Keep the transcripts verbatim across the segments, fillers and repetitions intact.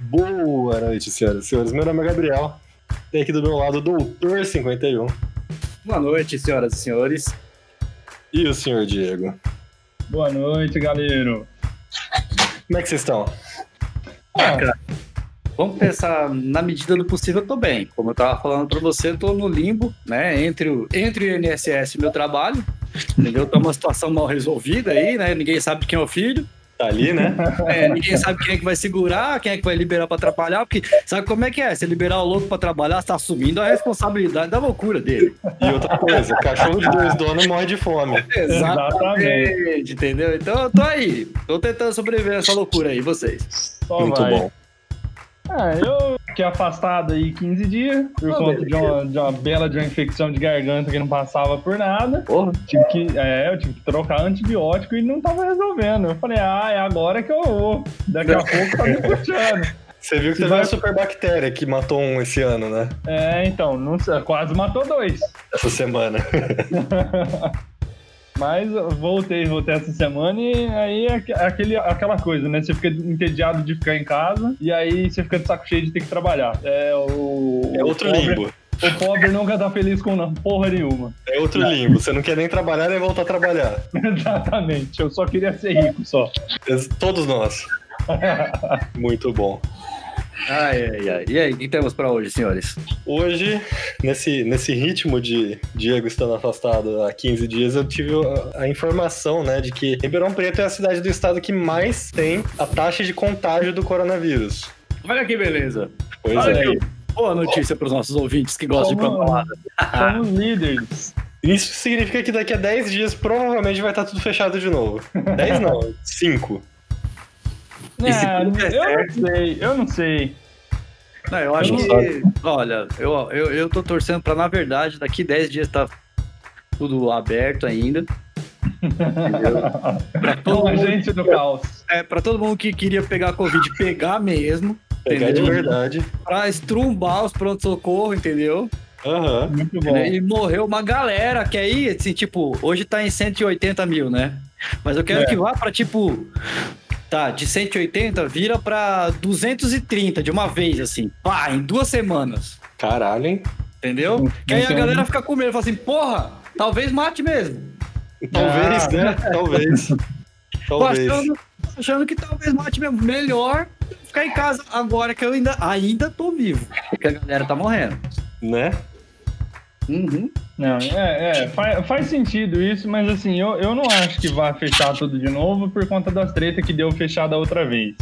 Boa noite, senhoras e senhores. Meu nome é Gabriel. Tem aqui do meu lado o Doutor cinquenta e um. Boa noite, senhoras e senhores. E o senhor Diego. Boa noite, galera. Como é que vocês estão? Ah, cara, vamos pensar, na medida do possível, eu tô bem. Como eu tava falando pra você, eu tô no limbo, né? Entre o, entre o I N S S e o meu trabalho. Entendeu? Tá uma situação mal resolvida aí, né? Ninguém sabe de quem é o filho. Tá ali, né? É, ninguém sabe quem é que vai segurar, quem é que vai liberar pra atrapalhar, porque sabe como é que é? Se liberar o louco pra trabalhar, você tá assumindo a responsabilidade da loucura dele. E outra coisa, cachorro de dois donos morre de fome. Exatamente, entendeu? Então eu tô aí, tô tentando sobreviver a essa loucura aí, vocês. Só Muito vai. bom. Ah, eu fiquei afastado aí quinze dias, por Ah, conta de uma, de uma bela de uma infecção de garganta que não passava por nada. Porra. Tive que, é, eu tive que trocar antibiótico e não tava resolvendo. Eu falei, ah, é agora que eu vou. Daqui a pouco tá me puxando. Você viu que Se teve vai- uma superbactéria que matou um esse ano, né? É, então, não sei, quase matou dois. Essa semana. Mas eu voltei, voltei essa semana e aí é aque- aquele, aquela coisa, né? Você fica entediado de ficar em casa e aí você fica de saco cheio de ter que trabalhar. É o. É outro o pobre, limbo. O pobre nunca tá feliz com não, porra nenhuma. É outro limbo. Você não quer nem trabalhar nem voltar a trabalhar. Exatamente, eu só queria ser rico só. Es- Todos nós. Muito bom. Ai, ai, ai. E aí, o que temos pra hoje, senhores? Hoje, nesse, nesse ritmo de Diego estando afastado há quinze dias, eu tive a, a informação, né, de que Ribeirão Preto é a cidade do estado que mais tem a taxa de contágio do coronavírus. Olha que beleza. Pois Olha é. que boa notícia pros nossos ouvintes que gostam de Como- papelada. Somos líderes. Isso significa que daqui a dez dias provavelmente vai estar tudo fechado de novo. dez não, cinco. E se É, tudo der eu certo? não sei, eu não sei. Não, eu acho Não que, olha, eu, eu, eu tô torcendo pra, na verdade, daqui dez dias tá tudo aberto ainda. Entendeu? Pra todo Como a mundo, gente do caos. é, pra todo mundo que queria pegar Covid, pegar mesmo. Pegar de Entendeu? verdade. Pra estrumbar os pronto-socorro, entendeu? Aham. Muito bom. E morreu uma galera que aí, assim, tipo, hoje tá em cento e oitenta mil, né? Mas eu quero É. que vá pra, tipo, tá, de cento e oitenta vira pra duzentos e trinta de uma vez, assim, pá, em duas semanas, Caralho, hein? entendeu? Não Que aí a entendo. galera fica com medo, fala assim, porra, talvez mate mesmo. Talvez, Ah. né? Talvez. Tô Talvez. achando, achando que talvez mate mesmo. Melhor ficar em casa agora que eu ainda, ainda tô vivo, porque a galera tá morrendo. Né? Uhum. Não, é, é faz, faz sentido isso, mas assim, eu, eu não acho que vá fechar tudo de novo por conta das tretas que deu fechar da outra vez.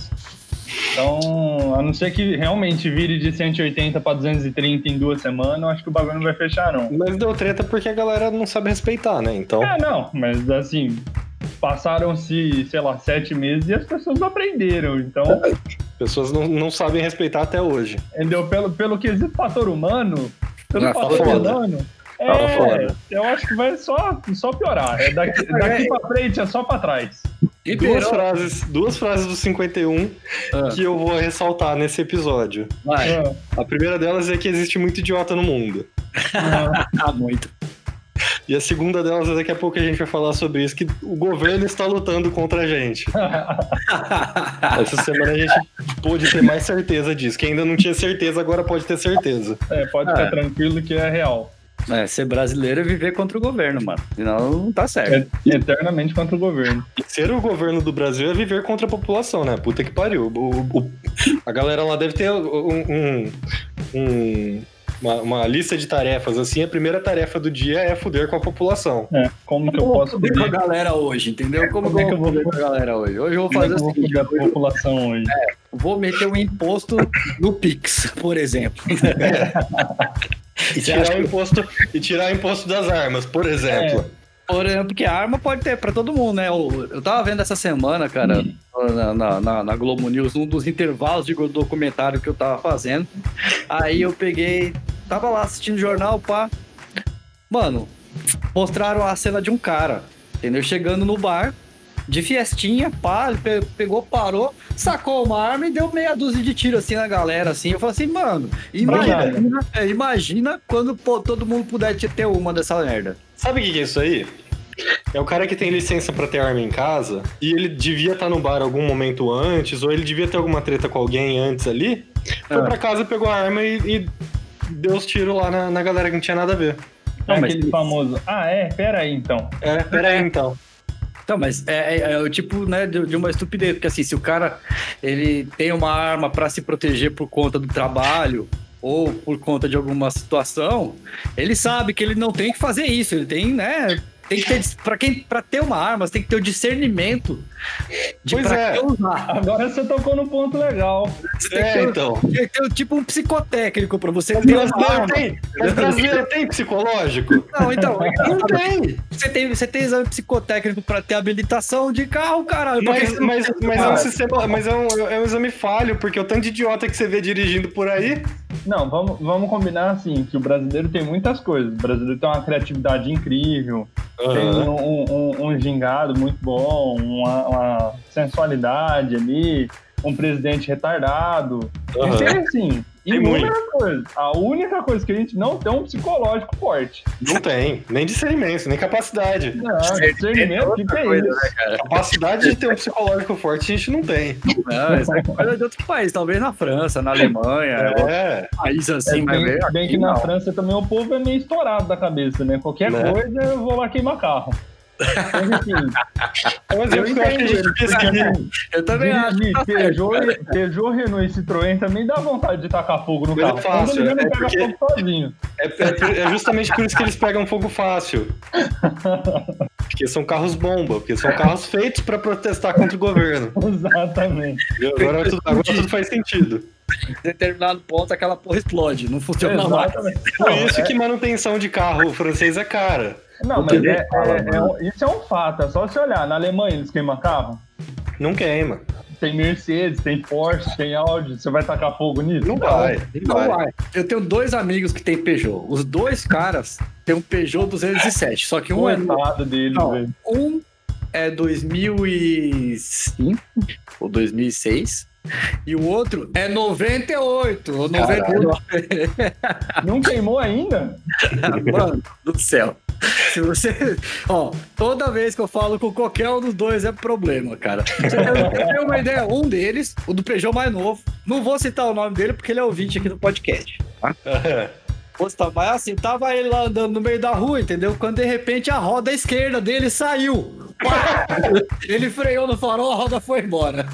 Então, a não ser que realmente vire de cento e oitenta para duzentos e trinta em duas semanas, eu acho que o bagulho não vai fechar, não. Mas deu treta porque a galera não sabe respeitar, né? Então. É, não, mas assim, passaram-se, sei lá, sete meses e as pessoas aprenderam. Então, As pessoas não, não sabem respeitar até hoje. entendeu? Pelo, pelo quesito fator humano, pelo Ah, fator foda. humano, Tá é, foda. eu acho que vai só, só piorar. É daqui, daqui pra frente é só pra trás. E Duas Ribeirão- frases, duas frases do cinquenta e um Ah, que eu vou ressaltar nesse episódio. vai. É, A primeira delas é que existe muito idiota no mundo. é. Ah, muito. E a segunda delas é daqui a pouco a gente vai falar sobre isso, que o governo está lutando contra a gente. Essa semana a gente pôde ter mais certeza disso. Quem ainda não tinha certeza, agora pode ter certeza. É, pode Ah, ficar é. tranquilo que é real. É, ser brasileiro é viver contra o governo, mano. Senão não tá certo. É eternamente contra o governo. E ser o governo do Brasil é viver contra a população, né? Puta que pariu. O- o- a galera lá deve ter um, um- um- uma, uma lista de tarefas, assim. A primeira tarefa do dia é foder com a população. É, como que eu Como posso foder com a foder, galera hoje, entendeu? Como, Como é que eu vou- foder com a galera hoje? Hoje eu vou como é fazer que eu o vou seguinte, foder a população hoje? vou meter um imposto no Pix, por exemplo. E tirar, o imposto, e tirar o imposto das armas, por exemplo. Por exemplo, porque a arma pode ter pra todo mundo, né? Eu, eu tava vendo essa semana, cara, na, na, na- na Globo News, um dos intervalos de documentário que eu tava fazendo. Aí eu peguei, tava lá assistindo jornal, pá. Mano, mostraram a cena de um cara, entendeu? Chegando no bar, de fiestinha, pá, ele pe- pegou, parou, sacou uma arma e deu meia dúzia de tiro assim na galera, assim. Eu falei assim, mano, imagina, é, imagina quando pô, todo mundo puder ter uma dessa merda. Sabe o que que é isso aí? é o cara que tem licença pra ter arma em casa e ele devia estar no bar algum momento antes, ou ele devia ter alguma treta com alguém antes ali, foi Ah. pra casa, pegou a arma e, e deu os tiros lá na, na galera que não tinha nada a ver. Não, mas- Aquele famoso, ah, é? Pera aí, então. É, peraí então. Então, mas é, é- é o tipo, né, de, de uma estupidez, porque assim, se o cara ele tem uma arma pra se proteger por conta do trabalho ou por conta de alguma situação, ele sabe que ele não tem que fazer isso, ele tem, né, tem que ter, pra, quem, pra ter uma arma, você tem que ter o discernimento de Pois pra é. que usar. Agora você tocou no ponto legal. Você tem que É, ter, então. tem que ter tipo um psicotécnico pra você Mas ter uma brasileiro arma. tem, mas brasileiro tem psicológico? Não, então, Não tem. você tem, você tem exame psicotécnico pra ter habilitação de carro, caralho. Por que Mas, você não mas, tem? mas, é um Cara, sistema, mas é um, é um exame falho, porque o tanto de idiota que você vê dirigindo por aí. Não, vamos, vamos combinar assim, que o brasileiro tem muitas coisas. O brasileiro tem uma criatividade incrível, tem um, um, um gingado muito bom, uma, uma sensualidade ali, um presidente retardado. Aham. E tem assim, Tem inúmeras coisas. A única coisa que a gente não tem é um psicológico forte. Não tem, nem discernimento, nem capacidade. Não, discernimento, o que, que é coisa, isso? né, cara? Capacidade de ter um psicológico forte a gente não tem. Não, isso é coisa de outro país, talvez na França, na Alemanha, outro É, país assim, É, mas bem, veio bem aqui, que na não. França também o povo é meio estourado da cabeça, né? Qualquer Né? coisa eu vou lá queimar carro. Mas enfim, é um exemplo que eu acho que a gente pesquisa. Eu também acho. que dirigir tá certo. Peugeot, Peugeot, Renault e Citroën também dá vontade de tacar fogo no Mas é carro. fácil, Quando ele não é pega porque- fogo sozinho. É, é- é justamente por isso que eles pegam fogo fácil. Porque são carros bomba, porque são carros feitos pra protestar contra o governo. Exatamente. Entendeu? Agora, tudo, agora tudo faz sentido. Em determinado ponto, aquela porra explode, não funciona mais. Exatamente. Por Não, isso é- que manutenção de carro francês é cara. Não, mas Porque é, fala, é- é um- isso é um fato. É só você olhar. Na Alemanha eles queimam carro. Não queima. Tem Mercedes, tem Porsche, tem Audi. Você vai tacar fogo nisso? Não vai. Não Não vai. vai. Eu tenho dois amigos que têm Peugeot. Os dois caras têm um Peugeot duzentos e sete. Só que um é. Coitado deles, Não, velho. um é dois mil e cinco ou dois mil e seis. E o outro é noventa e oito ou noventa e nove. Não queimou ainda? Mano do céu. Se você. Ó, toda vez que eu falo com qualquer um dos dois é problema, cara. Eu tenho uma ideia. Um deles, o do Peugeot mais novo. Não vou citar o nome dele porque ele é ouvinte aqui do podcast. Tá? Vou citar, mas assim, tava ele lá andando no meio da rua, entendeu? Quando de repente a roda esquerda dele saiu. Pá! Ele freou no farol, a roda foi embora.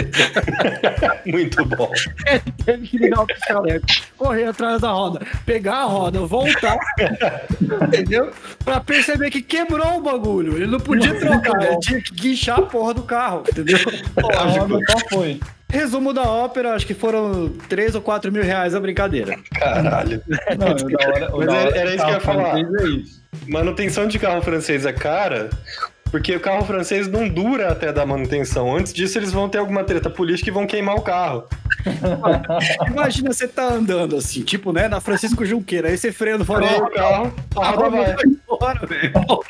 Muito bom. Ele teve que ligar o pisca-alerta, correr atrás da roda, pegar a roda, voltar, entendeu? Pra perceber que quebrou o bagulho. Ele não podia trocar, ele tinha que guinchar a porra do carro, entendeu? A roda só foi. Resumo da ópera, acho que foram três ou quatro mil reais a brincadeira. Caralho. Não, o da hora, o Mas da era- hora era isso que eu ia carro falar. francês É isso. Manutenção de carro francês é cara, porque o carro francês não dura até dar manutenção. Antes disso, eles vão ter alguma treta política e vão queimar o carro. Imagina você tá andando assim, tipo, né, na Francisco Junqueira, aí você freia no farol, Freia o carro, a roda vai. embora, velho.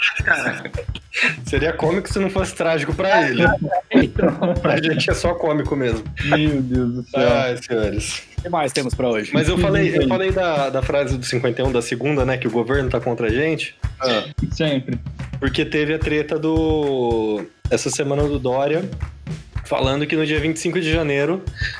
Seria cômico se não fosse trágico pra ele. Pra gente é só cômico mesmo. Meu Deus do céu. Ai, senhores. O que mais temos pra hoje? Mas eu falei, eu falei da, da frase do cinquenta e um, da segunda, né? Que o governo tá contra a gente. Sempre. Porque teve a treta do... Essa semana do Dória, falando que no dia vinte e cinco de janeiro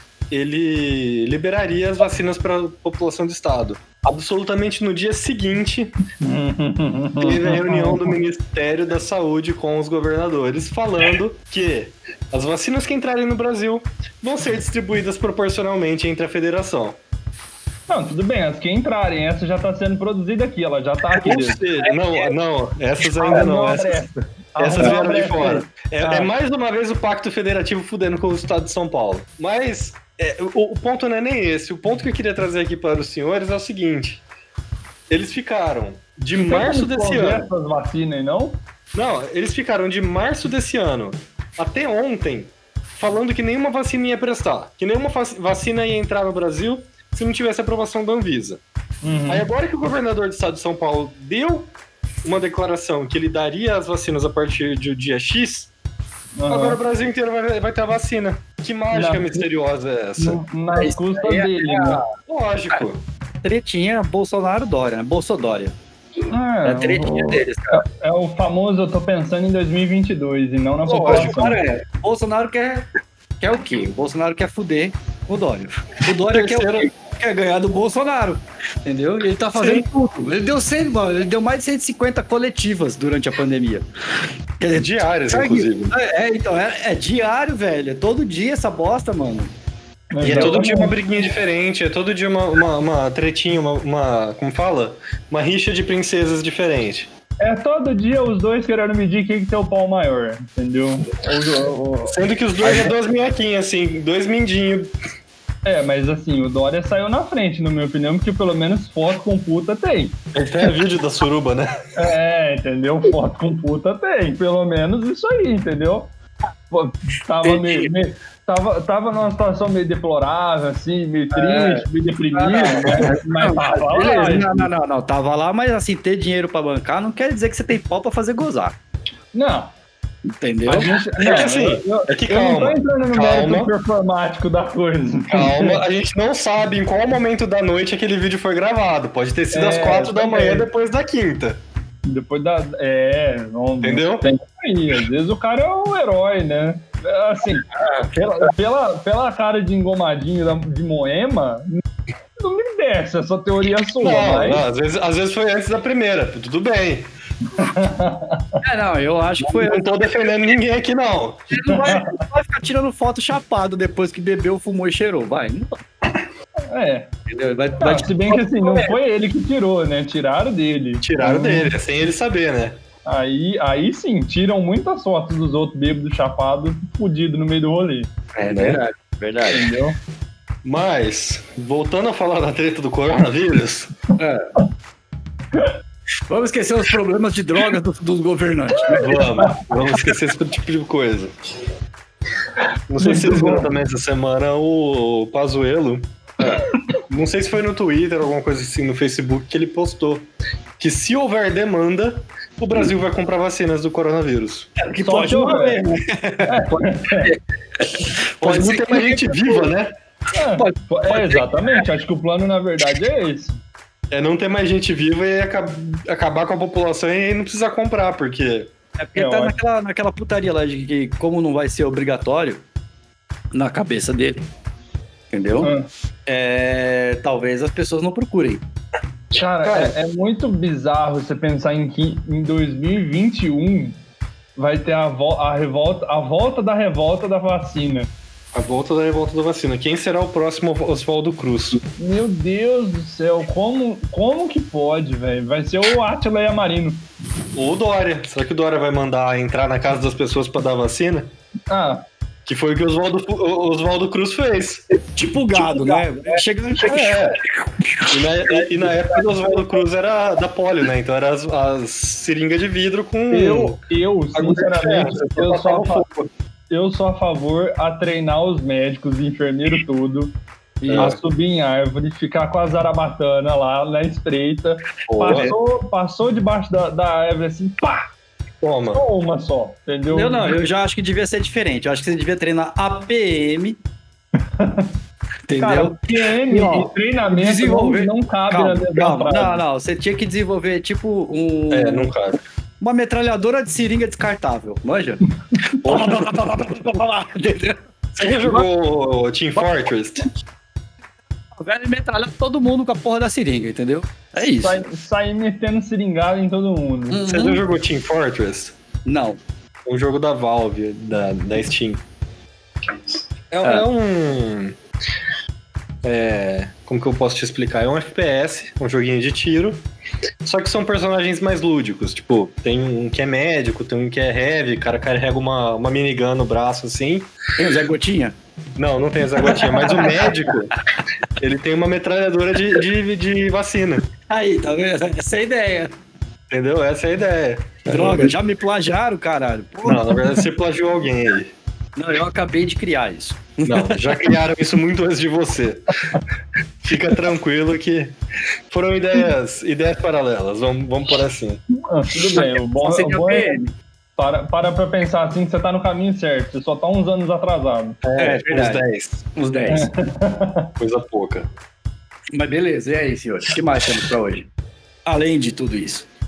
ele liberaria as vacinas para a população do estado. Absolutamente no dia seguinte, teve a reunião do Ministério da Saúde com os governadores falando que as vacinas que entrarem no Brasil vão ser distribuídas proporcionalmente entre a federação. Não, tudo bem, as que entrarem, essa já tá sendo produzida aqui, ela já tá aqui. Ou seja, não, não, essas ainda não. Essas, essas vieram de fora. É, é mais uma vez o Pacto Federativo fudendo com o Estado de São Paulo. Mas é, o, o ponto não é nem esse. O ponto que eu queria trazer aqui para os senhores é o seguinte. Eles ficaram de março desse ano... essas vacinas aí, não? Não, eles ficaram de março desse ano até ontem falando que nenhuma vacina ia prestar. Que nenhuma vacina ia entrar no Brasil se não tivesse aprovação da Anvisa. Uhum. Aí agora que o governador do estado de São Paulo deu uma declaração que ele daria as vacinas a partir do dia X, Uhum. agora o Brasil inteiro vai, vai ter a vacina. Que mágica Na- misteriosa é essa? Na Isso custa aí é- dele, né? Lógico. Tretinha Bolsonaro-Dória, né? Bolsodória. É, É a tretinha o- deles, cara. É o famoso, eu tô pensando em dois mil e vinte e dois e não na Lógico, população. cara, é. O Bolsonaro quer, quer o quê? O Bolsonaro quer fuder o Dória. O Dória quer o quê? Quer ganhar do Bolsonaro, entendeu? E ele tá fazendo Sim. tudo. Ele deu cem, mano, ele deu mais de cento e cinquenta coletivas durante a pandemia. Quer dizer, Diárias, sabe? inclusive. É, é, então, é, é diário, velho. É todo dia essa bosta, mano. E é todo dia uma briguinha diferente, é todo dia uma, uma, uma tretinha, uma, uma. Como fala? Uma rixa de princesas diferente. É todo dia os dois querendo medir quem que tem o pau maior, entendeu? O- o- Sendo que os dois é duas minhoquinhas, assim, dois mindinhos. É, mas assim, o Dória saiu na frente, na minha opinião, porque pelo menos foto com puta tem. Esse é vídeo da suruba, né? É, entendeu? Foto com puta tem. Pelo menos isso aí, entendeu? Pô, tava meio, meio- tava, tava numa situação meio deplorável, assim, meio triste, meio deprimido, né? Mas tava lá. Beleza, não, não, não, não. Tava lá, mas assim, ter dinheiro pra bancar não quer dizer que você tem pau pra fazer gozar. Não, Entendeu? a gente. É não, que assim, eu, eu, é que eu não tô calma, entrando no calma. mérito performático da coisa. Calma, a gente não sabe em qual momento da noite aquele vídeo foi gravado. Pode ter sido às É, quatro da também. manhã depois da quinta. Depois da. É, não, Entendeu? Tem aí. Às vezes o cara é o herói, né? Assim, pela, pela, pela cara de engomadinho da- de Moema, não me desce essa teoria sua, Não, mas. não, às, vezes, às vezes foi antes da primeira, tudo bem. É, não, eu acho que foi. Não tô defendendo ninguém aqui, não. Ele não vai, não vai ficar tirando foto chapado depois que bebeu, fumou e cheirou. Vai, não vai. É. Entendeu? Ele vai, Não, vai se bem que assim, não foi ele que tirou, né? Tiraram dele. Tiraram Então, dele, sem ele saber, né? Aí, aí sim, tiram muitas fotos dos outros bêbados chapados fudidos no meio do rolê. É verdade, verdade. Entendeu? Mas, voltando a falar da treta do coronavírus, Vamos esquecer os problemas de drogas dos, dos governantes. Né? vamos, vamos esquecer esse tipo de coisa. Não sei se vocês viram também essa semana o Pazuello. Não sei se foi no Twitter ou alguma coisa assim, no Facebook, que ele postou que se houver demanda, o Brasil vai comprar vacinas do coronavírus. Que Só pode que não eu- haver, né? Pode não ser ter que- mais gente viva, né? É, Pode- é, exatamente. Acho que o plano, na verdade, é esse. É não ter mais gente viva e aca- acabar com a população e não precisar comprar, porque... É porque É, tá ótimo. naquela, naquela putaria lá de que, como não vai ser obrigatório na cabeça dele, entendeu? Ah. É, talvez as pessoas não procurem. Cara, Cara. É, é muito bizarro você pensar em que em dois mil e vinte e um vai ter a, vo- a revolta, a volta da revolta da vacina. A volta da revolta da vacina. Quem será o próximo Oswaldo Cruz? Meu Deus do céu, como, como que pode, velho? Vai ser o Átila e a Marino. Ou o Dória. Será que o Dória vai mandar entrar na casa das pessoas pra dar vacina? Ah, Que foi o que o Oswaldo, o Oswaldo Cruz fez. Tipo gado, né? Chegando, É. E na, e na época do Oswaldo Cruz era da polio, né? Então era as, as seringas de vidro com... eu, eu agulha de ferro. sinceramente, Você eu sou, a passava fa- eu sou a favor a treinar os médicos, enfermeiro tudo, É. a subir em árvore, ficar com a zarabatana lá na espreita. Boa. Passou, passou debaixo da, da árvore assim, pá! Toma. Só uma só, entendeu? Eu não, eu já acho que devia ser diferente. Eu acho que você devia treinar A P M. Entendeu? Cara, P M Ó, e treinamento desenvolver- não, não cabe calma, na mesma calma. frase. Não, não. Você tinha que desenvolver tipo um, É, não cabe. uma metralhadora de seringa descartável. Manja? Entendeu? Você já jogou Team Fortress? O velho metralhar todo mundo com a porra da seringa, entendeu? É isso. Sai, sair metendo seringada em todo mundo. Uhum. Você já jogou Team Fortress? Não. Um jogo da Valve, da, da Steam. É, Ah. é um... É, como que eu posso te explicar? É um F P S, um joguinho de tiro, só que são personagens mais lúdicos. Tipo, tem um que é médico, tem um que é heavy, o cara carrega uma, uma minigun no braço, assim. Tem o Zé Gotinha? Não, não tem essa gotinha, mas o médico, ele tem uma metralhadora de, de, de vacina. Aí, tá vendo? Essa é a ideia. Entendeu? Essa é a ideia. Droga, já me plagiaram, caralho. Pô. Não, na verdade você plagiou alguém aí. Não, eu acabei de criar isso. Não, já criaram isso muito antes de você. Fica tranquilo que foram ideias, ideias paralelas, vamos, vamos por assim. Ah, tudo bem, o bom, Você o que é bom o é... P M. Para, para pra pensar assim que você tá no caminho certo, você só tá uns anos atrasado. É, uns verdade. dez, Uns dez. coisa pouca. Mas beleza, e aí, senhores? O que mais temos pra hoje? Além de tudo isso.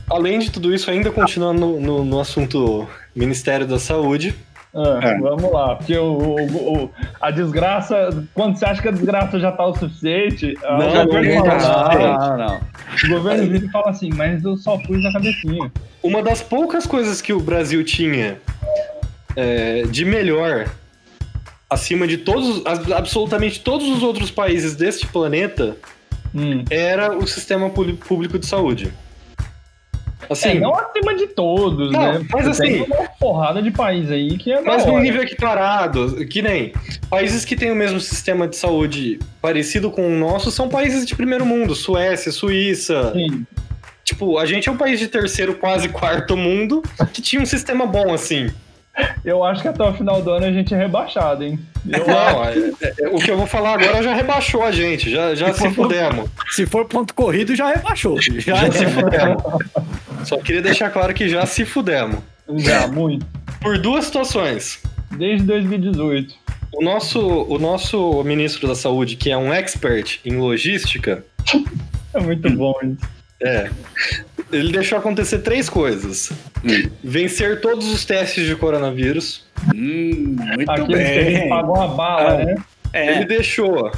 além de tudo isso, ainda continuando no, no, no assunto Ministério da Saúde. Ah, é. Vamos lá, porque o, o, o, a desgraça, quando você acha que a desgraça já tá o suficiente, não, o governo não, fala, não, não, não. O governo vira e fala assim, mas eu só pus na cabecinha. Uma das poucas coisas que o Brasil tinha é, de melhor, acima de todos, absolutamente todos os outros países deste planeta, hum. era o sistema público de saúde. Assim, é, não acima de todos, não, né? Mas assim, tem uma porrada de país aí que é mas num nível equiparado, que nem países que têm o mesmo sistema de saúde parecido com o nosso são países de primeiro mundo, Suécia, Suíça. Sim. Tipo, a gente é um país de terceiro, quase quarto mundo que tinha um sistema bom assim. Eu acho que até o final do ano a gente é rebaixado, hein? Eu não, é, é, o que eu vou falar agora já rebaixou a gente, já, já se, se fudemos. Se for ponto corrido, já rebaixou. Já, já se fudemos. Só queria deixar claro que já se fudemos. Já, muito. Por duas situações. Desde dois mil e dezoito. O nosso, o nosso ministro da Saúde, que é um expert em logística... É muito bom isso. É. Ele deixou acontecer três coisas. Hum. Vencer todos os testes de coronavírus. Hum, muito Aqueles bem. Que ele pagou a bala, é. né? É. Ele deixou...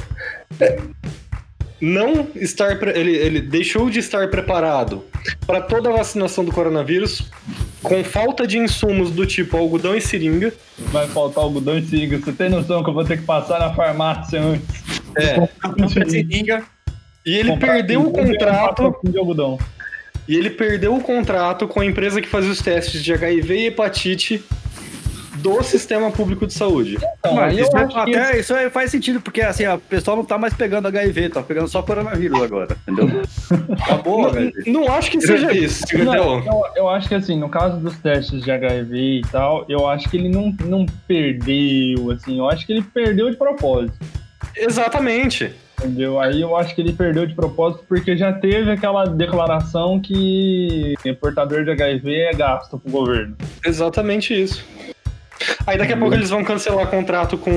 Não estar... Ele, ele deixou de estar preparado para toda a vacinação do coronavírus com falta de insumos do tipo algodão e seringa. Vai faltar algodão e seringa. Você tem noção que eu vou ter que passar na farmácia antes? É. Seringa. E ele Comprar perdeu o contrato. De algodão. E ele perdeu o contrato com a empresa que fazia os testes de H I V e hepatite do sistema público de saúde. Então, mas isso, é, até, que... isso aí faz sentido, porque assim, o pessoal não tá mais pegando H I V, tá pegando só coronavírus agora, entendeu? Acabou, não, velho. Não acho que seja isso. Não, eu, eu acho que assim, no caso dos testes de H I V e tal, eu acho que ele não, não perdeu, assim, eu acho que ele perdeu de propósito. Exatamente. Entendeu? Aí eu acho que ele perdeu de propósito porque já teve aquela declaração que portador de H I V é gasto pro governo. Exatamente isso. Aí daqui a pouco eles vão cancelar contrato com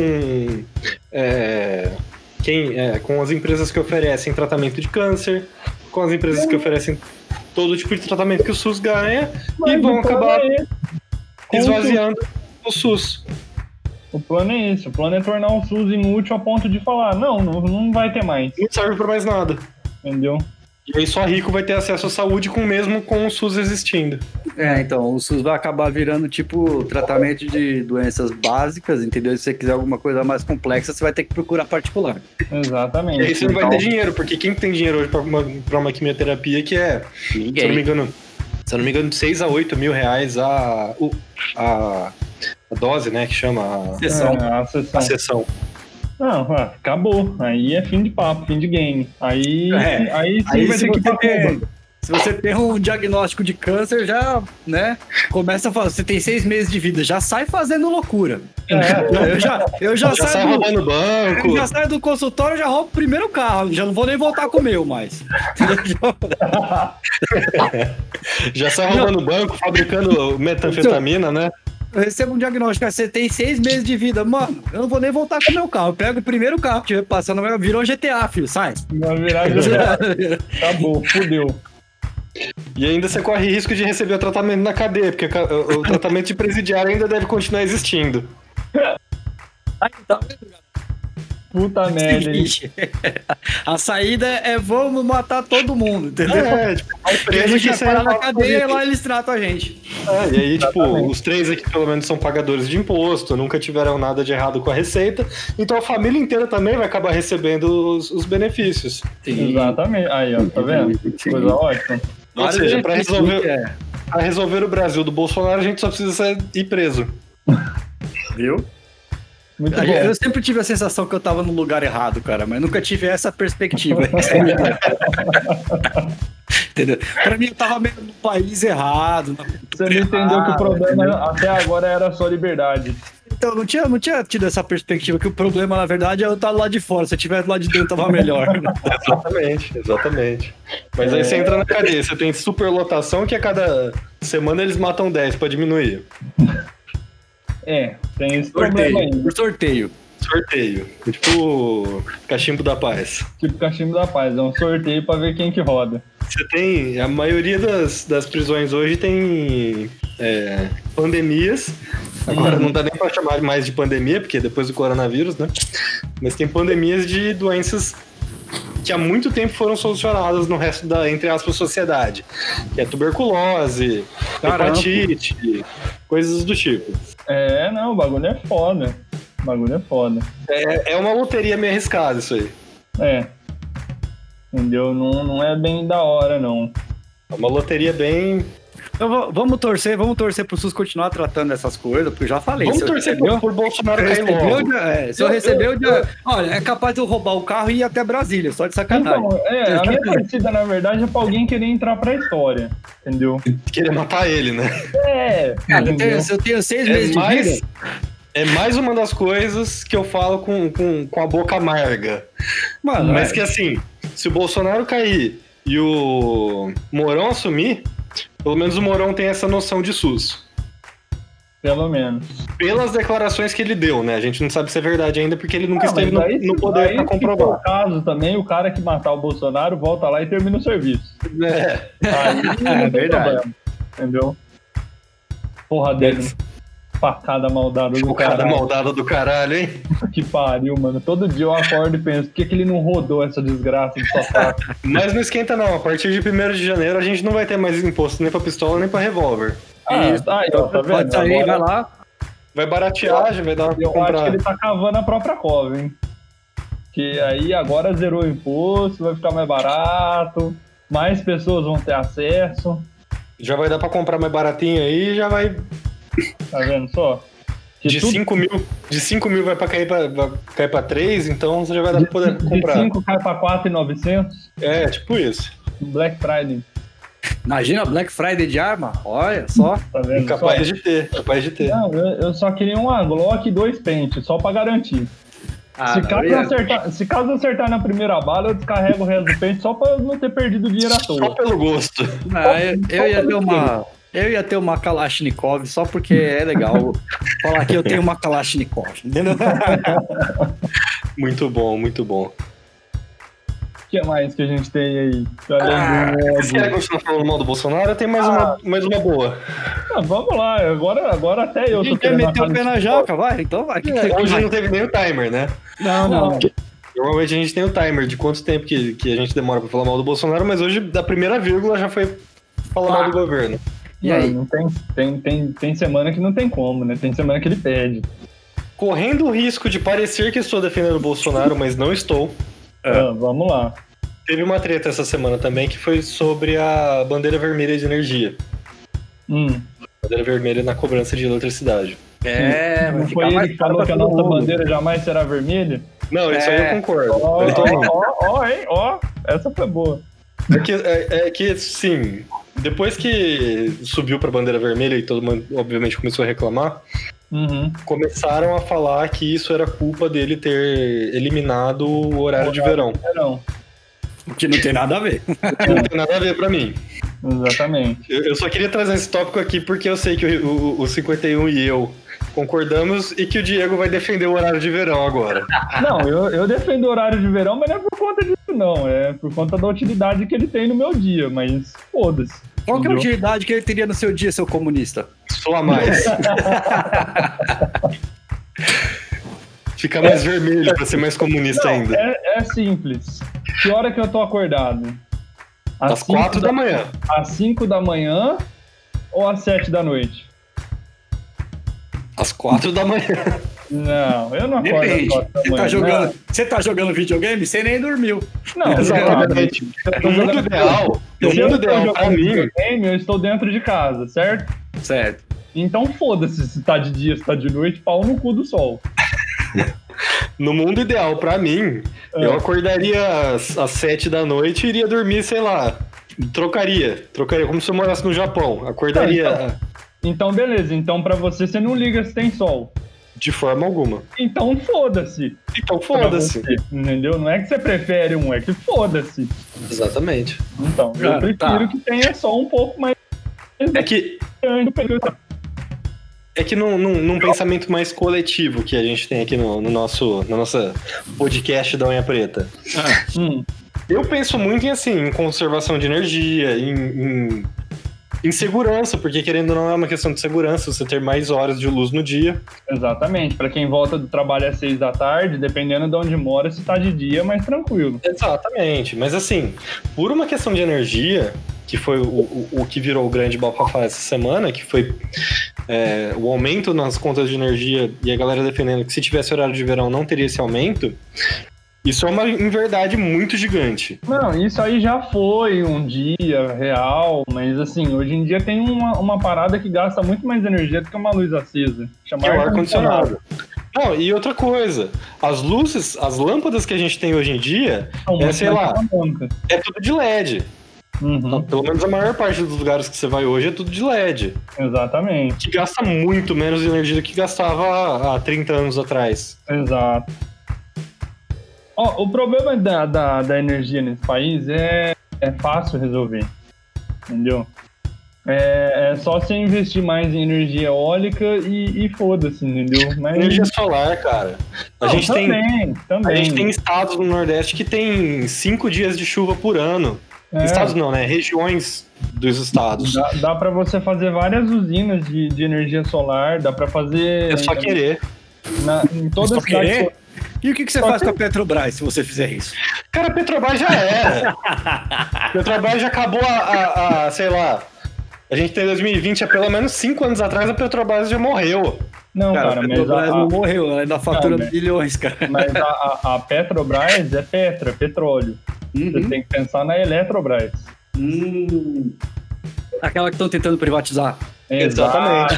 é, quem, é, com as empresas que oferecem tratamento de câncer, com as empresas que oferecem todo tipo de tratamento que o SUS ganha. Mas e vão acabar é esvaziando o SUS. O plano é esse, o plano é tornar o SUS inútil a ponto de falar, não, não, não vai ter mais. Não serve pra mais nada. Entendeu? E aí só rico vai ter acesso à saúde com mesmo com o SUS existindo. É, então, o SUS vai acabar virando tipo tratamento de doenças básicas, entendeu? Se você quiser alguma coisa mais complexa, você vai ter que procurar particular. Exatamente. E aí você não vai ter dinheiro, porque quem tem dinheiro hoje pra uma, pra uma quimioterapia que é, Ninguém. se eu não me engano, se eu não me engano, de seis a oito mil reais a, a, a dose, né, que chama a sessão. É, a sessão. A sessão. Não, acabou. Aí é fim de papo, fim de game. Aí, é. aí sim aí vai ter que ir pra Cuba. Se você tem um diagnóstico de câncer, já, né, começa a falar, você tem seis meses de vida, já sai fazendo loucura. É. Eu já, eu já, já saio sai do, roubando banco. Eu já saio do consultório, já roubo o primeiro carro, já não vou nem voltar com o meu mais. Já sai roubando banco, fabricando metanfetamina, né? Eu recebo um diagnóstico, você tem seis meses de vida. Mano, eu não vou nem voltar com o meu carro. Eu pego o primeiro carro que estiver passando, virou G T A, filho, sai. Vai virar G T A. Acabou, fudeu. E ainda você corre risco de receber o tratamento na cadeia, porque o, o tratamento de presidiário ainda deve continuar existindo. Ai, tá vendo, galera? Puta merda, hein? A saída é vamos matar todo mundo, entendeu? É, tipo, a empresa a gente vai parar na cadeia e lá eles tratam a gente. É, e aí, tipo, os três aqui pelo menos são pagadores de imposto, nunca tiveram nada de errado com a receita, então a família inteira também vai acabar recebendo os, os benefícios. Sim. Exatamente. Aí, ó, tá vendo? Sim. Coisa ótima. Ou Vários seja, pra resolver, é. pra resolver o Brasil do Bolsonaro, a gente só precisa sair, ir preso. Viu? Muito bom. Eu sempre tive a sensação que eu tava no lugar errado, cara, mas nunca tive essa perspectiva. Entendeu? Pra mim, eu tava meio no país errado. Você não entendeu que o problema entendeu? Até agora era só liberdade. Então, não tinha, não tinha tido essa perspectiva que o problema, na verdade, é eu estar lá de fora. Se eu estivesse lá de dentro, tava melhor. Exatamente, exatamente. Mas é... aí você entra na cadeia, você tem superlotação que a cada semana eles matam dez pra diminuir. É, tem esse sorteio, problema aí. Por sorteio. Sorteio. Tipo cachimbo da paz. Tipo cachimbo da paz, é um sorteio pra ver quem que roda. Você tem. A maioria das, das prisões hoje tem é, pandemias. Agora não dá nem pra chamar mais de pandemia, porque depois do coronavírus, né? Mas tem pandemias de doenças que há muito tempo foram solucionadas no resto da, entre aspas, sociedade. Que é tuberculose, Caramba. hepatite, coisas do tipo. É, não, o bagulho é foda. O bagulho é foda. É, é uma loteria meio arriscada isso aí. É. Entendeu? Não, não é bem da hora, não. É uma loteria bem... Então, vou, vamos torcer, vamos torcer pro SUS continuar tratando essas coisas, porque eu já falei. Vamos torcer recebeu, por Bolsonaro cair logo. É, se eu, eu receber, eu, eu, olha, é capaz de eu roubar o carro e ir até Brasília, só de sacanagem. Então, é, a minha torcida, na verdade, é pra alguém querer entrar pra história, entendeu? Querer matar ele, né? É. Cara, eu, tenho, eu tenho seis é meses mais, de vida. É mais uma das coisas que eu falo com, com, com a boca amarga. Mano, Mas é. que assim, se o Bolsonaro cair e o Mourão assumir, pelo menos o Mourão tem essa noção de SUS. Pelo menos. Pelas declarações que ele deu, né? A gente não sabe se é verdade ainda, porque ele nunca ah, esteve aí, no, no poder aí, pra comprovar. Se for o caso também, o cara que matar o Bolsonaro volta lá e termina o serviço. É, aí, não é verdade. Problema, entendeu? Porra dele. Facada maldada do Facada caralho. maldada do caralho, hein? Que pariu, mano. Todo dia eu acordo e penso, por que, que ele não rodou essa desgraça de sofá? Mas não esquenta não, a partir de primeiro de janeiro a gente não vai ter mais imposto nem pra pistola nem pra revólver. Ah, isso, tá aí, ó, tá vendo? Pode sair, Agora, vai lá. Vai baratear, já vai dar pra eu comprar. acho que ele tá cavando a própria cova, hein? Que aí agora zerou o imposto, vai ficar mais barato, mais pessoas vão ter acesso. Já vai dar pra comprar mais baratinho aí, já vai... Tá vendo só? Que de, tudo... cinco mil, de cinco mil vai pra cair pra, vai cair pra três, então você já vai dar pra poder de, comprar. De cinco cai pra quatro mil e novecentos? É, tipo isso. Black Friday. Imagina Black Friday de arma, olha só. Tá vendo? Capaz só? de ter, capaz de ter. Não, eu, eu só queria uma Glock e dois pentes, só pra garantir. Ah, se, não, caso ia... acertar, se caso acertar na primeira bala, eu descarrego o resto do pente só pra não ter perdido o dinheiro à toa. Só pelo gosto. Não, eu, eu ia ter uma... Eu ia ter uma Kalashnikov só porque é legal falar que eu tenho uma Kalashnikov, entendeu? Muito bom, muito bom. O que mais que a gente tem aí? Ah, você quer continuar falando mal do Bolsonaro? Tem mais, ah. uma, mais uma boa. Ah, vamos lá, agora, agora até eu tô querendo meter o pé na jaca, vai, então vai. É, hoje não teve nem o timer, né? Não, não. não. Normalmente a gente tem o timer de quanto tempo que, que a gente demora pra falar mal do Bolsonaro, mas hoje, da primeira vírgula, já foi falar ah. mal do governo. E não, aí? Não tem, tem, tem, tem semana que não tem como, né? Tem semana que ele pede. Correndo o risco de parecer que estou defendendo o Bolsonaro, mas não estou. Ah, vamos lá. Teve uma treta essa semana também que foi sobre a bandeira vermelha de energia. Hum. Bandeira vermelha na cobrança de eletricidade. É, não foi ele que falou que a nossa bandeira jamais será vermelha? Não, isso é. aí eu concordo. Ó, ó, ó, hein, ó. Essa foi boa. É que, é, é que, sim, depois que subiu pra bandeira vermelha e todo mundo, obviamente, começou a reclamar, uhum. começaram a falar que isso era culpa dele ter eliminado o horário, o horário de verão. verão. Que não tem nada a ver. Não tem nada a ver pra mim. Exatamente. Eu, eu só queria trazer esse tópico aqui porque eu sei que o, o, o cinquenta e um e eu concordamos e que o Diego vai defender o horário de verão agora. Não, eu, eu defendo o horário de verão, mas não é por conta disso, não. É por conta da utilidade que ele tem no meu dia, mas foda-se. Qual que é a utilidade que ele teria no seu dia, seu comunista? Só a mais. Fica mais é, vermelho pra ser mais comunista não, ainda. É, é simples. Que hora que eu tô acordado? Às, às quatro da, da manhã. Às cinco da manhã ou às sete da noite? Às quatro da manhã. Não, eu não acordo Depende. às quatro da você manhã. Tá jogando, você tá jogando videogame? Você nem dormiu. Não, exatamente. No mundo ideal, no mundo ideal pra mim... Videogame, eu estou dentro de casa, certo? Certo. Então foda-se se tá de dia, se tá de noite, pau no cu do sol. No mundo ideal, pra mim, é. eu acordaria às, às sete da noite e iria dormir, sei lá, trocaria. Trocaria, como se eu morasse no Japão. Acordaria... Então, então, então beleza. Então pra você, você não liga se tem sol. De forma alguma. Então foda-se. Então foda-se. Entendeu? Não é que você prefere um, é que foda-se. Exatamente. Então, eu ah, prefiro tá. que tenha só um pouco mais... É que... É que num, num, num pensamento mais coletivo que a gente tem aqui no, no nosso no nossa podcast da Unha Preta. Ah. Hum. Eu penso muito em, assim, em conservação de energia, em, em, em segurança, porque querendo ou não é uma questão de segurança, você ter mais horas de luz no dia. Exatamente. Para quem volta do trabalho às seis da tarde, dependendo de onde mora, se tá de dia, é mais tranquilo. Exatamente. Mas assim, por uma questão de energia, que foi o, o, o que virou o grande bafafá essa semana, que foi é, o aumento nas contas de energia e a galera defendendo que se tivesse horário de verão não teria esse aumento, isso é uma inverdade muito gigante. Não, isso aí já foi um dia real, mas assim, hoje em dia tem uma, uma parada que gasta muito mais energia do que uma luz acesa. Que é o ar-condicionado. Não, e outra coisa, as luzes, as lâmpadas que a gente tem hoje em dia, é, sei lá, é tudo de L E D. Uhum. Pelo menos a maior parte dos lugares que você vai hoje é tudo de L E D. Exatamente. Que gasta muito menos energia do que gastava há trinta anos atrás. Exato. Ó, o problema da, da, da energia nesse país é, é fácil resolver, entendeu? É, é só você investir mais em energia eólica e, e foda-se, entendeu? Mas... Energia solar, cara. A, Não, gente também, tem, também. a gente tem estados no Nordeste que tem cinco dias de chuva por ano. É. Estados não, né? Regiões dos estados. Dá, dá pra você fazer várias usinas de, de energia solar, dá pra fazer... É só querer. Na, em toda é a cidade... Querer? E o que, que você Só faz que... com a Petrobras se você fizer isso? Cara, a Petrobras já era. A Petrobras já acabou a, a, a, sei lá... A gente tem dois mil e vinte, há pelo menos cinco anos atrás, a Petrobras já morreu. Não, cara, cara a mas Petrobras a... não morreu, ela ainda fatura não, bilhões, cara. Mas a, a, a Petrobras é Petra, é petróleo. Uhum. Você tem que pensar na Eletrobras. Hum, aquela que estão tentando privatizar. Exatamente.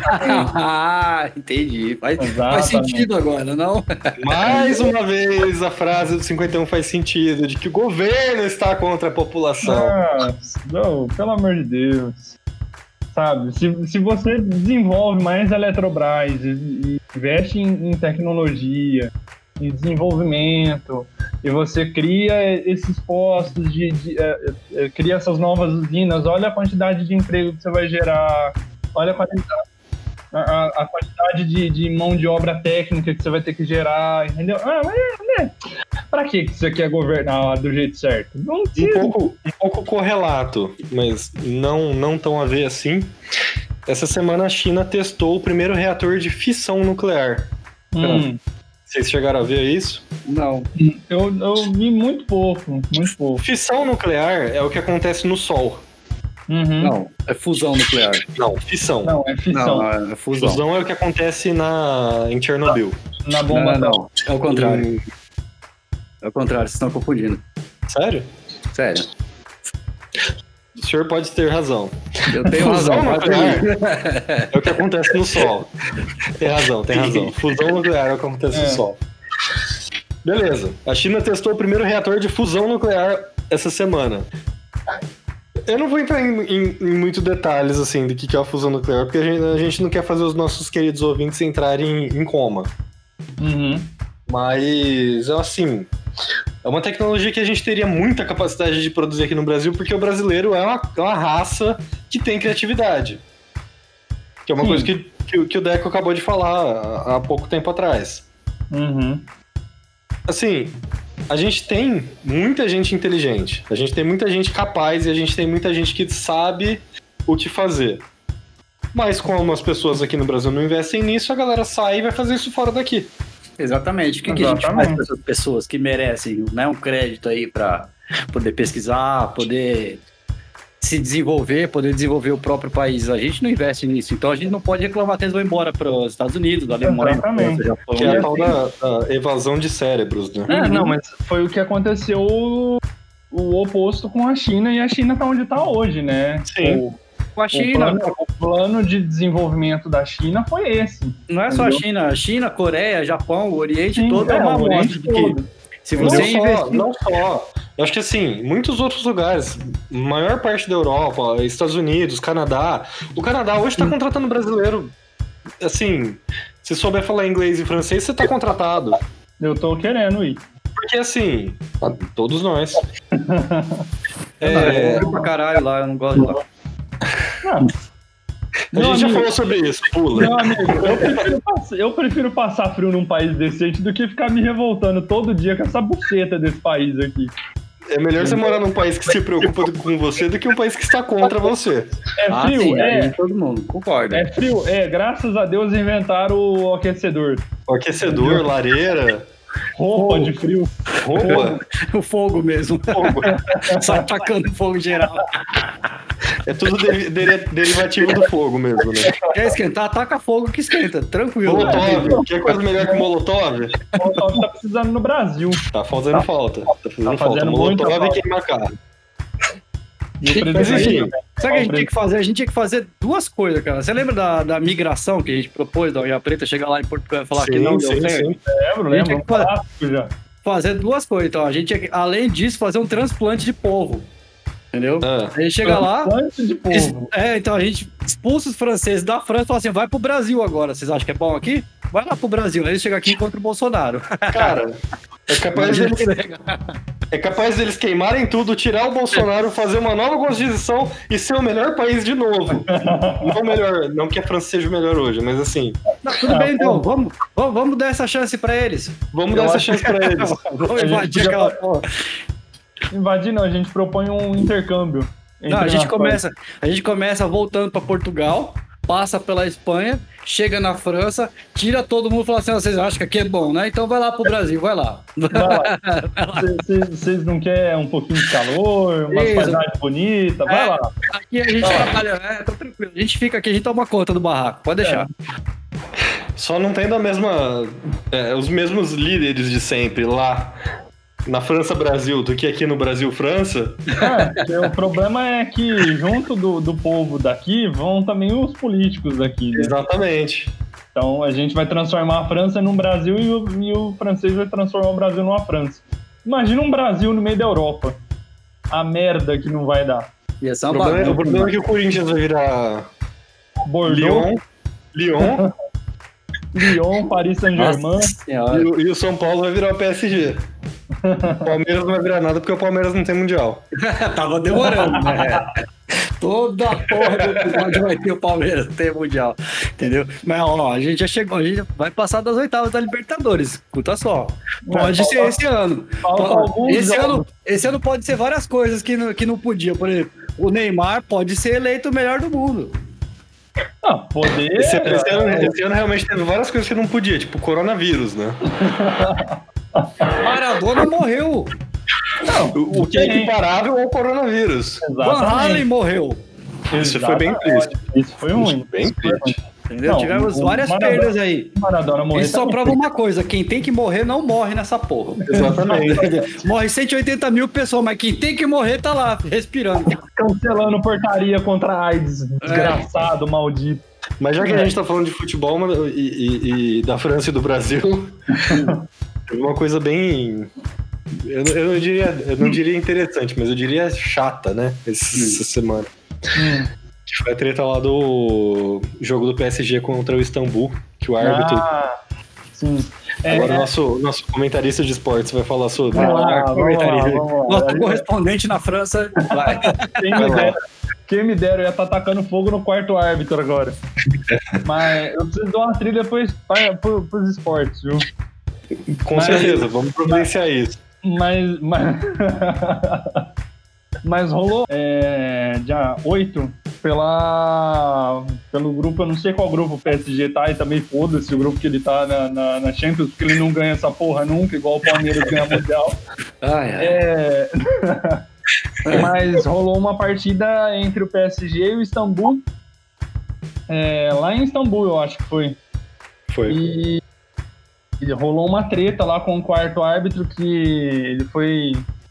Ah, entendi. Faz, faz sentido agora, não? Mais uma vez a frase do cinquenta e um faz sentido, de que o governo está contra a população. Nossa, não, pelo amor de Deus. Sabe, se, se você desenvolve mais a Eletrobras, e, e investe em, em tecnologia, em desenvolvimento, e você cria esses postos, de, de é, é, cria essas novas usinas, olha a quantidade de emprego que você vai gerar, olha a quantidade, a, a quantidade de, de mão de obra técnica que você vai ter que gerar, entendeu? Ah, mas, né? Pra que você quer governar do jeito certo? Não um, pouco, um pouco correlato, mas não, não tão a ver assim. Essa semana a China testou o primeiro reator de fissão nuclear. Hum. Vocês chegaram a ver isso? Não. Eu, eu vi muito pouco, muito pouco. Fissão nuclear é o que acontece no Sol. Uhum. Não, é fusão nuclear. Não, fissão. Não, é fissão. Não, é fusão. Fusão é o que acontece na, em Chernobyl. Na bomba, não, não. É o contrário. Hum. É o contrário, vocês estão confundindo. Sério? Sério. O senhor pode ter razão. Eu tenho Fusão razão. nuclear é o que acontece no Sol. Tem razão, tem razão. Fusão nuclear é o que acontece é. no Sol. Beleza. A China testou o primeiro reator de fusão nuclear essa semana. Eu não vou entrar em, em, em muitos detalhes, assim, do que é a fusão nuclear, porque a gente, a gente não quer fazer os nossos queridos ouvintes entrarem em, em coma. Uhum. Mas, assim, é uma tecnologia que a gente teria muita capacidade de produzir aqui no Brasil, porque o brasileiro é uma, é uma raça que tem criatividade. Que é uma Sim. coisa que, que, que o Deco acabou de falar há, há pouco tempo atrás. Uhum. Assim, a gente tem muita gente inteligente, a gente tem muita gente capaz e a gente tem muita gente que sabe o que fazer. Mas como as pessoas aqui no Brasil não investem nisso, a galera sai e vai fazer isso fora daqui. Exatamente. O que, que a gente faz para essas pessoas que merecem, né, um crédito aí para poder pesquisar, poder se desenvolver, poder desenvolver o próprio país? A gente não investe nisso, então a gente não pode reclamar que eles vão embora para os Estados Unidos, da Alemanha, França, Japão. Que é a tal da, da evasão de cérebros, né? É, não, mas foi o que aconteceu o, o oposto com a China, e a China tá onde tá hoje, né? Sim. O, com a China. O plano, o plano de desenvolvimento da China foi esse. Não é só a China, a China, Coreia, Japão, o Oriente Sim, todo é, é uma morte. Se você não investir... só, não só. Eu acho que assim, muitos outros lugares, maior parte da Europa, Estados Unidos, Canadá. O Canadá hoje tá contratando brasileiro. Assim, se souber falar inglês e francês, você tá contratado. Eu tô querendo ir. Porque assim, todos nós. é... Eu pra caralho lá, eu não gosto de lá. Não. A gente já falou sobre isso, pula. Meu amigo, eu prefiro, passar, eu prefiro passar frio num país decente do que ficar me revoltando todo dia com essa buceta desse país aqui. É melhor você morar num país que se preocupa com você do que um país que está contra você. É Ah, frio, sim, é. aí todo mundo concorda. É frio, é. Graças a Deus inventaram o aquecedor. O aquecedor, lareira, Roupa de frio. roupa, O fogo mesmo. fogo. Só atacando fogo geral. É tudo de- de- derivativo do fogo mesmo, né? Quer esquentar? Ataca fogo que esquenta. Tranquilo. Molotov, quer coisa melhor que Molotov? O Molotov tá precisando no Brasil. Tá fazendo falta. Tá fazendo Tá falta. fazendo Molotov muita e falta. queimar carro. E o Mas enfim, presidente. Sabe o que a gente tinha que fazer? A gente tinha que fazer duas coisas, cara. Você lembra da, da migração que a gente propôs da Unha Preta chegar lá em Portugal e falar que não deu sim, certo? sim. Lembro, A gente lembro. tinha Um que clássico já. Fazer duas coisas, então. A gente tinha que, além disso, fazer um transplante de povo. Entendeu? Ah. A gente chega lá. Antes de es- povo. É, então a gente expulsa os franceses da França e fala assim: vai pro Brasil agora. Vocês acham que é bom aqui? Vai lá pro Brasil. Aí eles chegam aqui contra o Bolsonaro. Cara, é capaz, Imagina deles, que legal. é capaz deles queimarem tudo, tirar o Bolsonaro, fazer uma nova constituição e ser o melhor país de novo. Não o melhor, não que a França seja o melhor hoje, mas assim, Não, tudo bem, então. Vamos, vamos, vamos dar essa chance pra eles. vamos Eu dar essa acho chance pra eles. Vamos gente invadir podia- aquela porra. Invadir não, a gente propõe um intercâmbio. Não, a entre gente nações. começa, a gente começa voltando pra Portugal, passa pela Espanha, chega na França, tira todo mundo e fala assim: "Ah, vocês acham que aqui é bom, né? Então vai lá pro Brasil, vai lá." Vai lá. Vocês não querem um pouquinho de calor, uma Isso. paisagem bonita? Vai É. lá. Aqui a gente trabalha, é, tá tranquilo. A gente fica aqui, a gente toma conta do barraco, pode deixar. Só não tendo a mesma, é, os mesmos líderes de sempre lá na França-Brasil do que aqui no Brasil-França. É, porque o problema é que junto do, do povo daqui vão também os políticos daqui, né? Exatamente. Então a gente vai transformar a França num Brasil e o, e o francês vai transformar o Brasil numa França. Imagina um Brasil no meio da Europa. A merda que não vai dar. Ia ser O uma problema, o bagunça. problema é que o Corinthians vai virar Bordeaux, Lyon, Lyon Lyon, Paris Saint-Germain. Nossa e, senhora. o, e o São Paulo vai virar o P S G. O Palmeiras não vai virar nada porque o Palmeiras não tem mundial. Tava demorando, né? Toda a porra do episódio vai ter o Palmeiras, tem mundial, entendeu? Mas ó, a gente já chegou, a gente vai passar das oitavas da Libertadores, escuta só. Pode É, ser falta- esse ano. falta Pode- alguns esse, jogos. ano esse ano pode ser várias coisas que não, que não podia. Por exemplo, o Neymar pode ser eleito o melhor do mundo. Ah, poder. Esse, esse ano, esse ano realmente teve várias coisas que não podia, tipo coronavírus, né? Maradona morreu. Não, O, o que é equiparável ao coronavírus. Van Halen morreu. Isso foi bem triste. Isso foi ruim. Bem triste. Entendeu? Não, Tivemos o várias Maradona- perdas aí. Maradona morreu. Isso só também. prova uma coisa: quem tem que morrer não morre nessa porra. Exatamente. Morre cento e oitenta mil pessoas, mas quem tem que morrer tá lá, respirando. Cancelando portaria contra a AIDS. Desgraçado, maldito. Mas já que a gente tá falando de futebol uma- e, e- e da França e do Brasil, teve uma coisa bem. Eu, não- eu não diria, eu não diria interessante, mas eu diria chata, né? Essa, essa semana. Que foi a treta lá do jogo do P S G contra o Istambul, que o árbitro. Ah, sim. É, Agora o é, nosso, nosso comentarista de esportes vai falar sobre. Vai lá, Ah, vamos comentarista. lá, vamos lá. Nosso correspondente na França vai. quem, Vai me lá. dera, quem me dera, eu ia estar atacando fogo no quarto árbitro agora. Mas eu preciso dar uma trilha depois para os esportes, viu? Com Mas- certeza, vamos providenciar isso. Mas. Mas, mas rolou é, dia oito pela, pelo grupo, eu não sei qual grupo o P S G tá, e também foda-se o grupo que ele tá na, na, na Champions, porque ele não ganha essa porra nunca, igual o Palmeiras ganha Mundial. Ai, ai. É, mas rolou uma partida entre o P S G e o Istambul, é, lá em Istambul, eu acho que foi. Foi. E, e rolou uma treta lá com o quarto árbitro que ele foi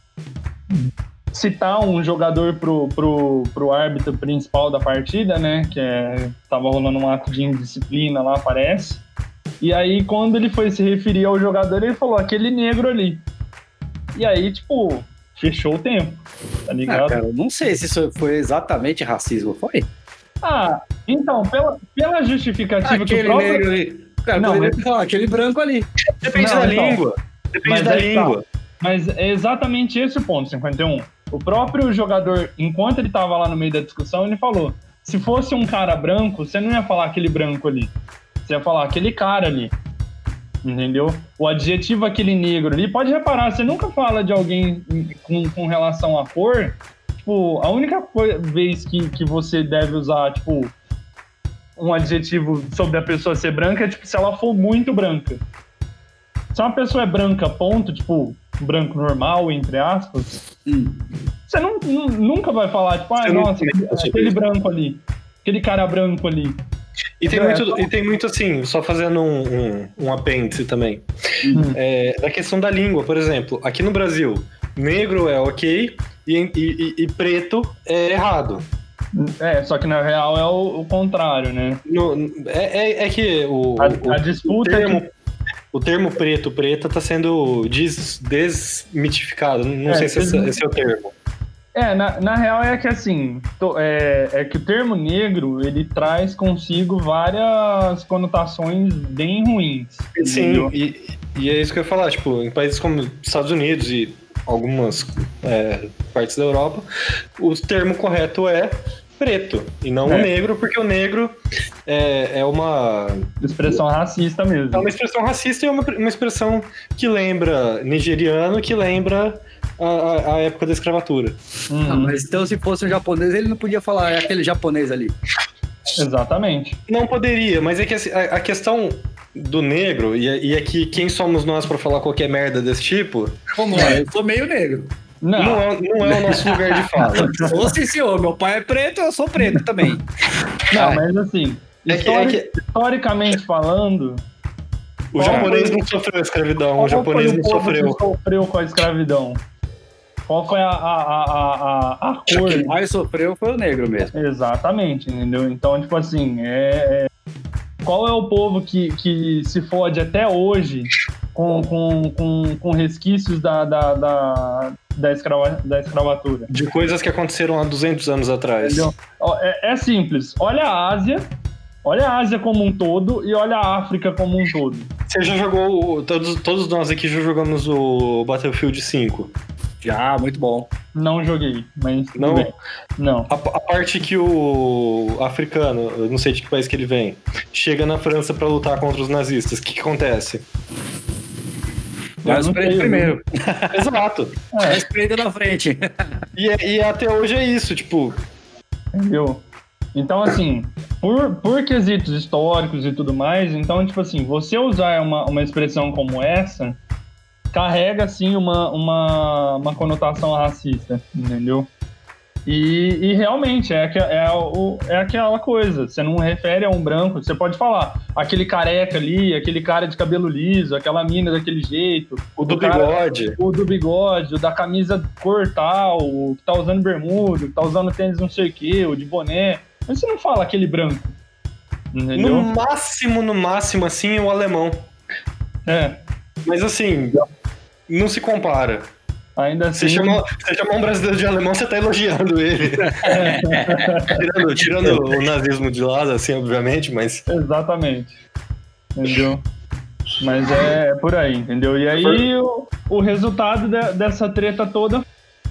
citar um jogador pro, pro, pro árbitro principal da partida, né? Que é, tava rolando um ato de indisciplina lá, parece. E aí, quando ele foi se referir ao jogador, ele falou, aquele negro ali. E aí, tipo, fechou o tempo, tá Ah, ligado? cara, eu não sei se isso foi exatamente racismo, foi? Ah, então, pela, pela justificativa que o Aquele próprio... negro ali. Cara, Não, poderia mas- falar, aquele branco ali. Depende Não, da então. língua. Depende Mas da aí que tá. língua. Mas é exatamente esse o ponto, cinquenta e um. O próprio jogador, enquanto ele tava lá no meio da discussão, ele falou, se fosse um cara branco, você não ia falar aquele branco ali. Você ia falar aquele cara ali. entendeu? O adjetivo aquele negro ali, pode reparar, você nunca fala de alguém com, com relação à cor, tipo, a única co- vez que, que você deve usar, tipo, um adjetivo sobre a pessoa ser branca é, tipo, se ela for muito branca. Se uma pessoa é branca, ponto, tipo, branco normal, entre aspas, Hum. você não, nu- nunca vai falar, tipo, ah, Você não nossa, comenta aquele, sobre aquele isso. branco ali, aquele cara branco ali. E tem, É, muito, só- e tem muito assim, só fazendo um, um, um apêndice também. Hum. É, da questão da língua, por exemplo, aqui no Brasil, negro é ok e, e- e- e preto é errado. É, só que na real é o, o contrário, né? No- é, é- é que o, A, o- a disputa o é termo, que... o termo preto, preta tá sendo des- desmitificado. Não É, sei se esse, des- esse é o termo. É, na, na real é que assim, to- é, é que o termo negro, ele traz consigo várias conotações bem ruins. Sim, entendeu? e, e é isso que eu ia falar, tipo, em países como Estados Unidos e algumas é, partes da Europa, o termo correto é preto, e não É. o negro, porque o negro é, é uma, Expressão racista mesmo. é uma expressão racista e é uma, uma expressão que lembra nigeriano, que lembra a, a- a época da escravatura. Uhum, Ah, mas então se fosse um japonês, ele não podia falar, é aquele japonês ali. Exatamente. Não poderia, mas é que assim, a, a questão do negro, e, e aqui quem somos nós pra falar qualquer merda desse tipo, Como é? Eu sou meio negro. Não, não é, não é o nosso lugar de fala. Ou sim, senhor, meu pai é preto, eu sou preto também. não, Ah, mas assim, É que- histori- é que- historicamente falando, O Qual japonês foi- não sofreu a escravidão, qual o japonês foi não o povo sofreu. que sofreu com a escravidão? Qual foi a, a, a, a, a cor? Quem mais sofreu foi o negro mesmo. Exatamente, entendeu? Então, tipo assim, é, é- qual é o povo que, que se fode até hoje com, com, com, com resquícios da, da, da, da, escrava, da escravatura? De coisas que aconteceram há duzentos anos atrás. Entendeu? Ó, É, é simples. Olha a Ásia, olha a Ásia como um todo e olha a África como um todo. Você já jogou, o- todos, todos nós aqui já jogamos o Battlefield cinco. Já, muito bom. Não joguei, mas tudo Não? bem. Não. A, a parte que o africano, eu não sei de que país que ele vem, chega na França pra lutar contra os nazistas, o que, que acontece? Vai Eu os não pretos sei, primeiro. Exato. Vai os pretos na frente. E, é- e até hoje é isso, tipo, Entendeu? Então, assim, por, por quesitos históricos e tudo mais, então, tipo assim, você usar uma, uma expressão como essa, carrega, assim, uma, uma, uma conotação racista, entendeu? E, e realmente, é, que- é, o, é aquela coisa, você não refere a um branco, você pode falar, aquele careca ali, aquele cara de cabelo liso, aquela mina daquele jeito, o do cara- bigode. o do bigode, o da camisa cor tal, o que tá usando bermuda, o que tá usando tênis não sei o que, o de boné. Mas você não fala aquele branco. Entendeu? No máximo, no máximo, assim, o alemão. É. Mas assim, não se compara. Ainda Você assim. chamou, você chamou um brasileiro de alemão, você tá elogiando ele. tirando, tirando o nazismo de lado, assim, obviamente, mas. Exatamente. Entendeu? Mas é por aí, entendeu? E aí o, o resultado de- dessa treta toda.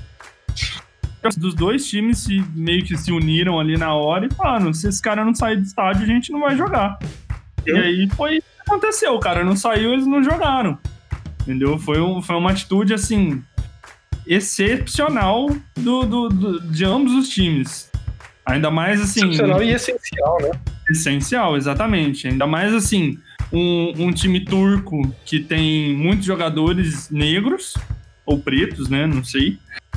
Dos dois times se, meio que se uniram ali na hora e falaram: se esse cara não sair do estádio, a gente não vai jogar. E aí foi isso que aconteceu. O cara não saiu, eles não jogaram. Entendeu? Foi, um, foi uma atitude, assim, excepcional do, do, do- de ambos os times. Ainda mais, assim... Excepcional e essencial, né? Essencial, exatamente. Ainda mais, assim, um, um time turco que tem muitos jogadores negros, ou pretos, né? Não sei.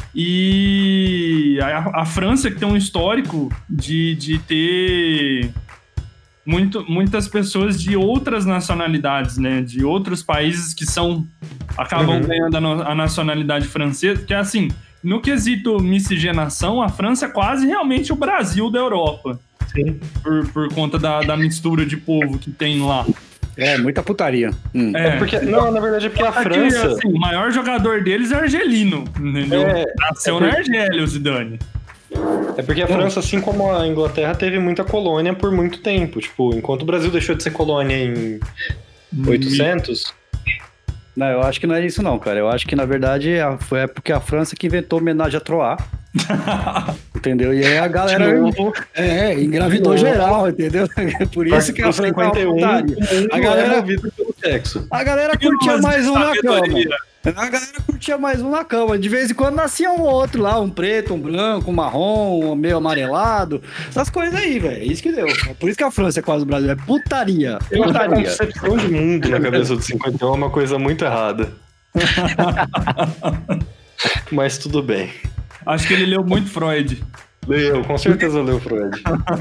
E a, a França, que tem um histórico de, de ter muito, muitas pessoas de outras nacionalidades, né? De outros países que são acabam Uhum. ganhando a, no- a nacionalidade francesa, que é assim, no quesito miscigenação, a França é quase realmente o Brasil da Europa, Sim. por, por conta da, da mistura de povo que tem lá. É, muita putaria. Hum. É porque, não, na verdade é porque a Aqui, França. assim, o maior jogador deles é argelino, entendeu? É, Nasceu é na por- Argélia, o Zidane. É porque a França, assim como a Inglaterra, teve muita colônia por muito tempo. Tipo, enquanto o Brasil deixou de ser colônia em oitocentos, Não, eu acho que não é isso não, cara. Eu acho que, na verdade, a- foi é porque a França que inventou homenagem a Troar. Entendeu? E aí a galera de novo, é, engravidou De novo. geral, entendeu? Por isso que a por França é uma cinquenta e um, putaria. o mundo A galera- é movido pelo sexo. A galera curtia mais um na cama. A galera curtia mais um na cama. De vez em quando nascia um ou outro lá, um preto, um branco, um marrom, um meio amarelado. Essas coisas aí, velho. É isso que deu. É por isso que a França é quase o Brasil. É putaria. Tem uma Putaria. concepção de mundo na cabeça do cinquenta e um, é uma coisa muito errada. Mas tudo bem. Acho que ele leu muito Freud. Leu, com certeza leu Freud.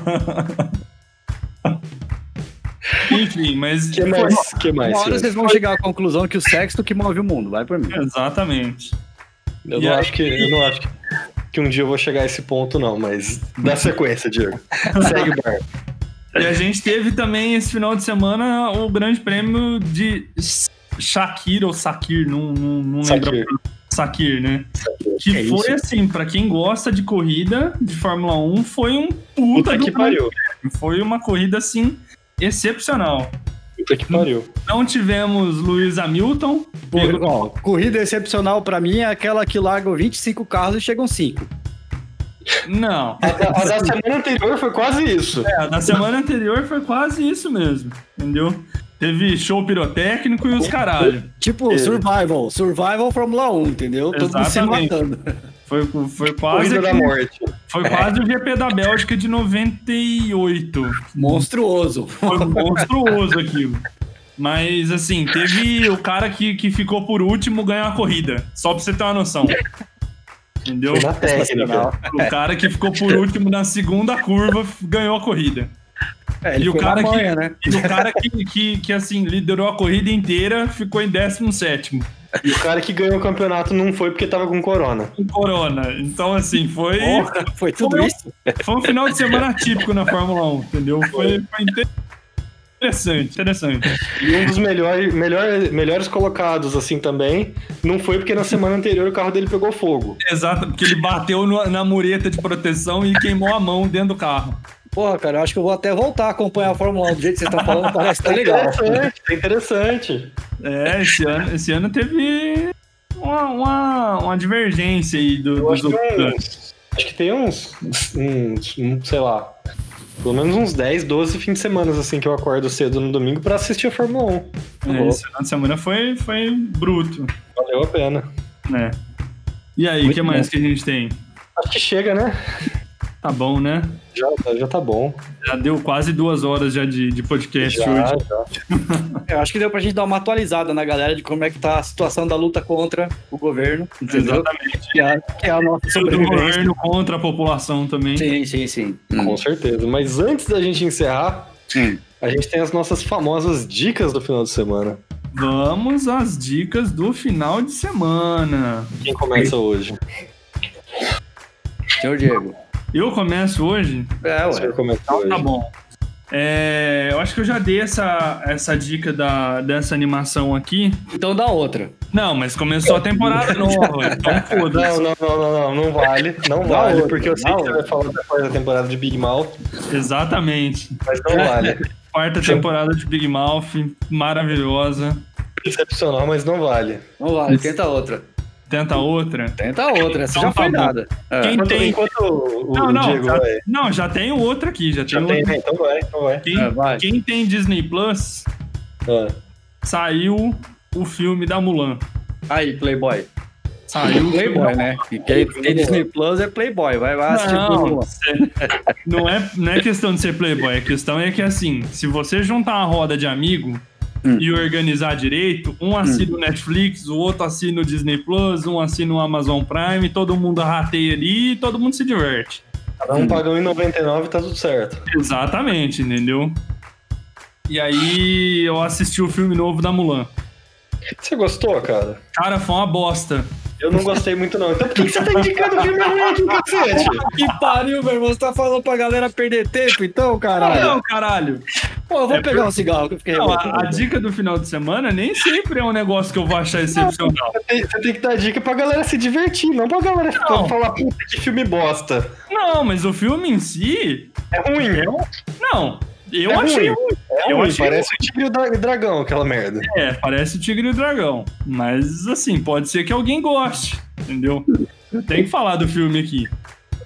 Enfim, mas... que mais? que mais? Uma hora vocês vão chegar à conclusão que o sexo que move o mundo. Vai por mim. Exatamente. Eu E não, aí- acho que, eu não acho que, que um dia eu vou chegar a esse ponto, não, mas dá sequência, Diego. Segue o bar. E a gente teve também esse final de semana o grande prêmio de Shakir ou Sakir, não, não, não lembro. Sakir. Sakir, né? Que É foi isso? assim, pra quem gosta de corrida de Fórmula um, foi um puta, Puta do que grande pariu. prêmio. Foi uma corrida assim excepcional. Puta que pariu. Não tivemos Lewis Hamilton. Por- ó, corrida excepcional pra mim é aquela que largam vinte e cinco carros e chegam cinco. Não. A da, a da semana anterior foi quase isso. É, a da semana anterior foi quase isso mesmo, entendeu? Teve show pirotécnico e os caralho. Tipo, É. Survival. Survival Fórmula um, entendeu? Todo mundo se Exatamente. matando. Foi, foi quase Corrida da que- morte. Foi quase o G P da Bélgica de noventa e oito. Monstruoso. Foi monstruoso aquilo. Mas, assim, teve o cara que, que ficou por último ganhar a corrida. Só pra você ter uma noção. Entendeu? Foi na técnica. O cara que ficou por último na segunda curva ganhou a corrida. É, ele E o foi cara na que- manha, né? E o cara que, que, que, assim, liderou a corrida inteira ficou em décimo sétimo. E o cara que ganhou o campeonato não foi porque tava com corona. Com corona. Então, assim, foi, Porra, foi tudo Foi- isso? foi um final de semana atípico na Fórmula um, entendeu? Foi, foi interessante, interessante. E um dos melhores, melhor, melhores colocados, assim, também, não foi porque na semana anterior o carro dele pegou fogo. Exato, porque ele bateu no- na mureta de proteção e queimou a mão dentro do carro. Porra, cara, eu acho que eu vou até voltar a acompanhar a Fórmula um do jeito que vocês estão falando, parece que tá legal. Interessante, tá interessante. É, esse ano, esse ano teve uma, uma, uma divergência aí do, Eu dos acho que, outros anos. uns, acho que tem uns, uns, um, sei lá, pelo menos uns dez, doze fins de semana, assim, que eu acordo cedo no domingo pra assistir a Fórmula um. É, esse final de semana foi, foi bruto, Valeu a pena. né? E aí, o Muito que mais bom. que a gente tem? Acho que chega, né? Tá bom, né? Já, já tá bom. Já deu quase duas horas já de, de podcast Já, hoje. já. Eu acho que deu pra gente dar uma atualizada na galera de como é que tá a situação da luta contra o governo, entendeu? Exatamente. Que é, que é a nossa Do sobrevivência. governo contra a população também. Sim, sim, sim. Com certeza. Mas antes da gente encerrar, Hum. a gente tem as nossas famosas dicas do final de semana. Vamos às dicas do final de semana. Quem começa hoje? Senhor Diego. Eu começo hoje? É, O senhor ué. começa hoje. Tá bom. É, eu acho que eu já dei essa, essa dica da, dessa animação aqui. Então dá outra. Não, mas começou a temporada nova. Então Não, foda-se. não, não, não, não, não vale. Não Dá vale, outra, porque eu sei dá que você outra. vai falar da quarta temporada de Big Mouth, Exatamente. mas não vale. Quarta temporada de Big Mouth, maravilhosa. Excepcional, mas não vale. Não vale, tenta outra. Tenta outra. Tenta outra, essa Então já tá foi bom. dada. É. Quem Enquanto, tem. enquanto o, o Não, não, Diego já, vai. não, já tem outra aqui. Já, Já tem tem, outra. né? Então vai, então vai. Quem, É, vai. quem tem Disney Plus, Ah, saiu o filme da Mulan. Aí, Playboy. Saiu o filme Playboy, da né? E quem tem Disney Plus é Playboy. Vai lá assistir Não, tudo lá. cê- não, é, não é questão de ser playboy, a questão é que assim, se você juntar uma roda de amigo Hum. e organizar direito, um assina o Netflix, o outro assina o Disney Plus, um assina o Amazon Prime, todo mundo rateia ali e todo mundo se diverte. cada um paga um e noventa e nove e tá tudo certo. Exatamente, entendeu? E aí eu assisti o filme novo da Mulan. Você gostou, cara? Cara, foi uma bosta. Eu não gostei muito, não. Então por que que você tá indicando filme ruim aqui, cacete? Que pariu, meu irmão. Você tá falando pra galera perder tempo, então, caralho? Não, caralho. Pô, eu vou É pegar por- um cigarro que eu fiquei Não, a, a revoltado. dica do final de semana nem sempre é um negócio que eu vou achar excepcional. Você tem, você tem que dar dica pra galera se divertir, não pra galera ficar Não. falar, puta, que filme bosta. Não, mas o filme em si. É ruim. É um- Não, eu É achei ruim. ruim. É Eu ruim, achei parece o Tigre e o Dra- Dragão, aquela merda. É, parece o Tigre e o Dragão. Mas, assim, pode ser que alguém goste, entendeu? Eu tenho que falar do filme aqui.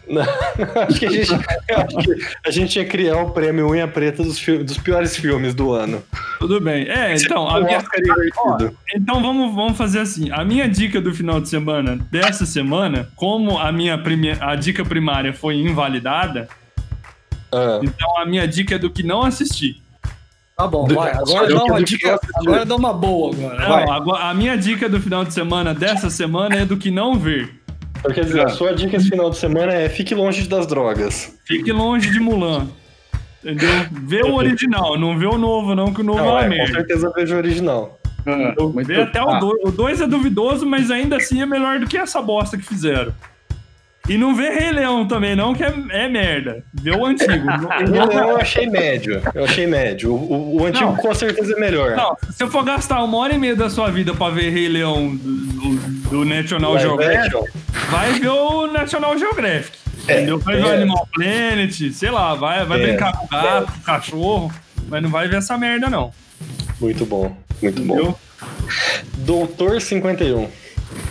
Não, acho que a gente, acho que a gente ia criar o prêmio Unha Preta dos, filmes, dos piores filmes do ano. Tudo bem. É, então, a minha... Ó, então vamos, vamos fazer assim. A minha dica do final de semana, dessa semana, como a minha primeira, a dica primária foi invalidada, ah. então a minha dica é do que não assistir. Tá bom, do, vai. Agora dá uma dica. Agora dá uma boa agora. Não, vai. Agora, a minha dica do final de semana, dessa semana, é do que não ver. Quer dizer, a sua dica esse final de semana é fique longe das drogas. Fique longe de Mulan. Entendeu? Vê o original, não vê o novo, não, que o novo não, é, é merda. Com certeza vejo o original. Ah, vê até o dois. O dois é duvidoso, mas ainda assim é melhor do que essa bosta que fizeram. E não vê Rei Leão também, não, que é, é merda. Vê o antigo. O Rei Leão eu achei médio. Eu achei médio. O, o, o antigo não, com certeza é melhor. Não, se eu for gastar uma hora e meia da sua vida pra ver Rei Leão do, do, do National Geographic, vai ver o National Geographic. É, entendeu? Vai é. ver o Animal Planet, sei lá, vai, vai é. brincar com o gato, com o cachorro, mas não vai ver essa merda, não. Muito bom, muito entendeu? Bom. Doutor cinquenta e um.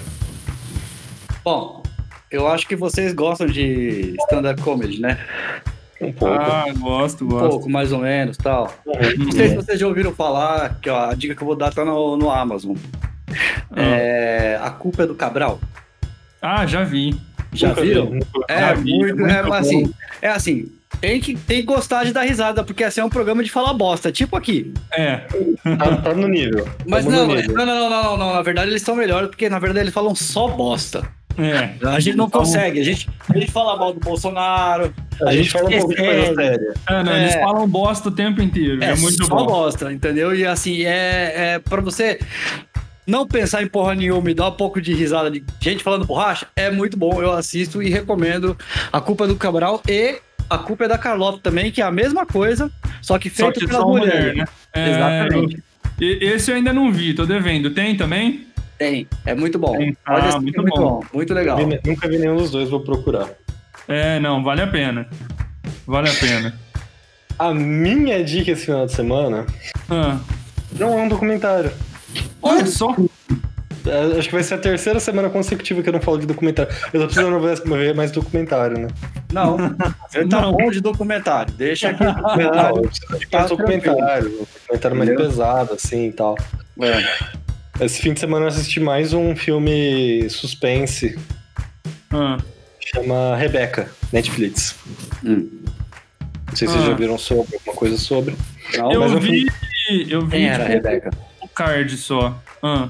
Bom, eu acho que vocês gostam de stand-up comedy, né? Um pouco. Ah, gosto, gosto. Um pouco, mais ou menos, tal. Uhum. Não sei se vocês já ouviram falar, que ó, a dica que eu vou dar tá no, no Amazon. Ah. É, A Culpa é do Cabral. Ah, já vi. Já Nunca viram? Vi. É, já vi, muito, é, muito é assim, é assim, tem que, tem que gostar de dar risada, porque assim é um programa de falar bosta, tipo aqui. É. Tá, tá no nível. Mas Tamo não, no nível. não, não, não, não, não, na verdade eles estão melhores, porque na verdade eles falam só bosta. É. A gente não consegue, a gente, a gente fala mal do Bolsonaro, a, a gente, gente fala um pouco de coisa séria. É, não, é, eles falam bosta o tempo inteiro, é, é muito só bom. bosta, entendeu? E assim, é, é pra você não pensar em porra nenhuma e dar um pouco de risada de gente falando borracha, é muito bom, eu assisto e recomendo A Culpa é do Cabral e A Culpa é da Carlota também, que é a mesma coisa, só que feito pelas mulheres. Mulher, né? É, exatamente. Esse eu ainda não vi, tô devendo. Tem também? Tem, é muito bom. Tem. Ah, Olha, muito, é muito bom. bom, muito legal. Vi, nunca vi nenhum dos dois, vou procurar. É, não, vale a pena. Vale a pena. A minha dica esse final de semana ah. não é um documentário. Olha só. É, acho que vai ser a terceira semana consecutiva que eu não falo de documentário. Eu tô precisando ver mais documentário, né? Não, você tá não. bom de documentário. Deixa aqui. Não, eu preciso de mais documentário. Um documentário mais Entendeu? pesado, assim e tal. É. Esse fim de semana eu assisti mais um filme suspense. Ah. Chama Rebecca, Netflix. Hum. Não sei se vocês ah. já viram sobre, alguma coisa sobre. Não, eu, mas vi, eu vi. Quem era a Rebecca? O card só. Ah.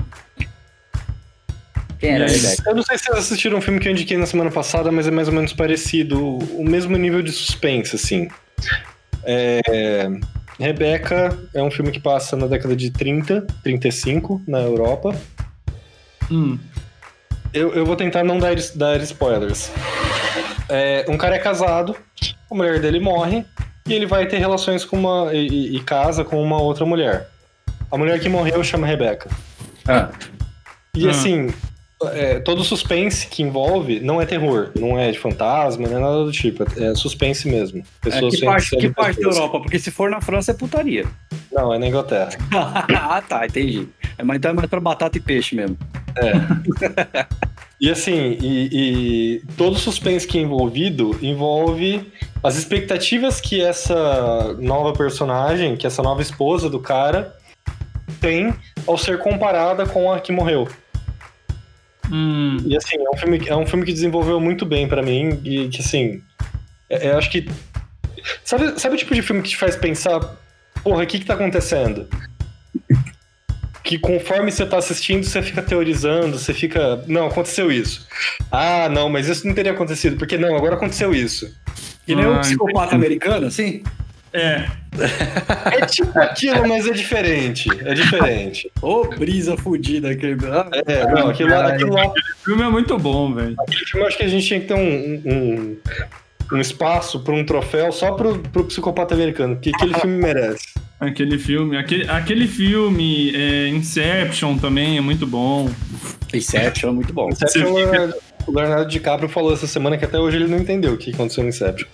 Quem era a Rebecca? Eu não sei se vocês assistiram um filme que eu indiquei na semana passada, mas é mais ou menos parecido. O mesmo nível de suspense, assim. É... Rebecca é um filme que passa na década de trinta, trinta e cinco, na Europa. Hum. Eu, eu vou tentar não dar, dar spoilers. É, um cara é casado, a mulher dele morre, e ele vai ter relações com uma... E, e casa com uma outra mulher. A mulher que morreu chama Rebecca. Ah. E ah. assim, é, todo suspense que envolve não é terror, não é de fantasma, não é nada do tipo, é suspense mesmo. Pessoas é, que parte, que parte da Europa? Porque se for na França é putaria. Não, é na Inglaterra. Ah, tá, entendi. É, mas então é mais pra batata e peixe mesmo. É. E assim, e, e todo suspense que é envolvido envolve as expectativas que essa nova personagem, que essa nova esposa do cara tem ao ser comparada com a que morreu. Hum. E assim, é um, filme, é um filme que desenvolveu muito bem pra mim e que assim, eu acho que... Sabe, sabe o tipo de filme que te faz pensar, porra, o que que tá acontecendo? Que conforme você tá assistindo, você fica teorizando, você fica... Não, aconteceu isso. Ah, não, mas isso não teria acontecido, porque não, agora aconteceu isso. Que nem ah, um psicopata entendi. americano, assim? É. É tipo aquilo, mas é diferente. É diferente. Ô, oh, brisa fudida aquele. É, não, aquilo lá. Aquilo lá... Aquele filme é muito bom, velho. Aquele filme eu acho que a gente tinha que ter um, um, um espaço para um troféu só pro, pro psicopata americano, que aquele filme merece. Aquele filme, aquele, aquele filme, é, Inception também é muito bom. Inception é muito bom. Inception, fica... O Leonardo DiCaprio falou essa semana que até hoje ele não entendeu o que aconteceu no Inception.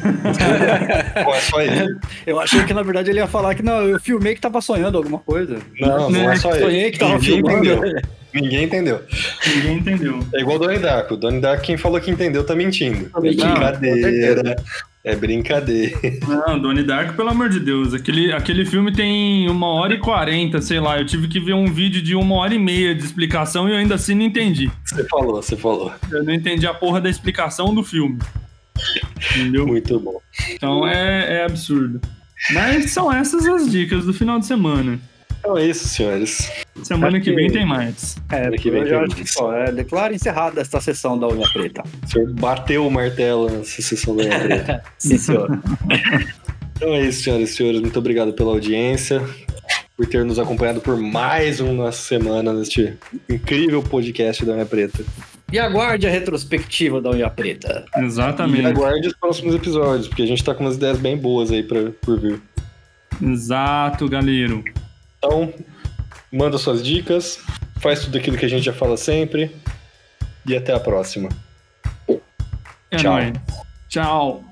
Não é só ele. Eu achei que na verdade ele ia falar que não, eu filmei que tava sonhando alguma coisa. Não, não é só ele. Sonhei que tava Ninguém filmando. Entendeu. Ninguém entendeu. Ninguém entendeu. É igual o Donnie Darko. O Donnie Darko, quem falou que entendeu, tá mentindo. Tá É mentindo, brincadeira. É brincadeira. Não, Donnie Darko, pelo amor de Deus. Aquele, aquele filme tem uma hora e quarenta, sei lá. Eu tive que ver um vídeo de uma hora e meia de explicação e eu ainda assim não entendi. Você falou, você falou. Eu não entendi a porra da explicação do filme. Entendeu? Muito bom. Então é, é absurdo. Mas são essas as dicas do final de semana. Então é isso, senhores. Semana Acho que que- vem tem mais. É, Semana que vem eu já tem acho que mais. só. É, declara encerrada esta sessão da Unha Preta. O senhor bateu o martelo nessa sessão da Unha Preta. Sim, senhor. Então é isso, senhoras e senhores. Muito obrigado pela audiência, por ter nos acompanhado por mais uma semana neste incrível podcast da Unha Preta. E aguarde a retrospectiva da Unha Preta. E Exatamente. aguarde os próximos episódios, porque a gente tá com umas ideias bem boas aí pra, por vir. Exato, galera. Então, manda suas dicas, faz tudo aquilo que a gente já fala sempre. E até a próxima. É Tchau. nóis. Tchau.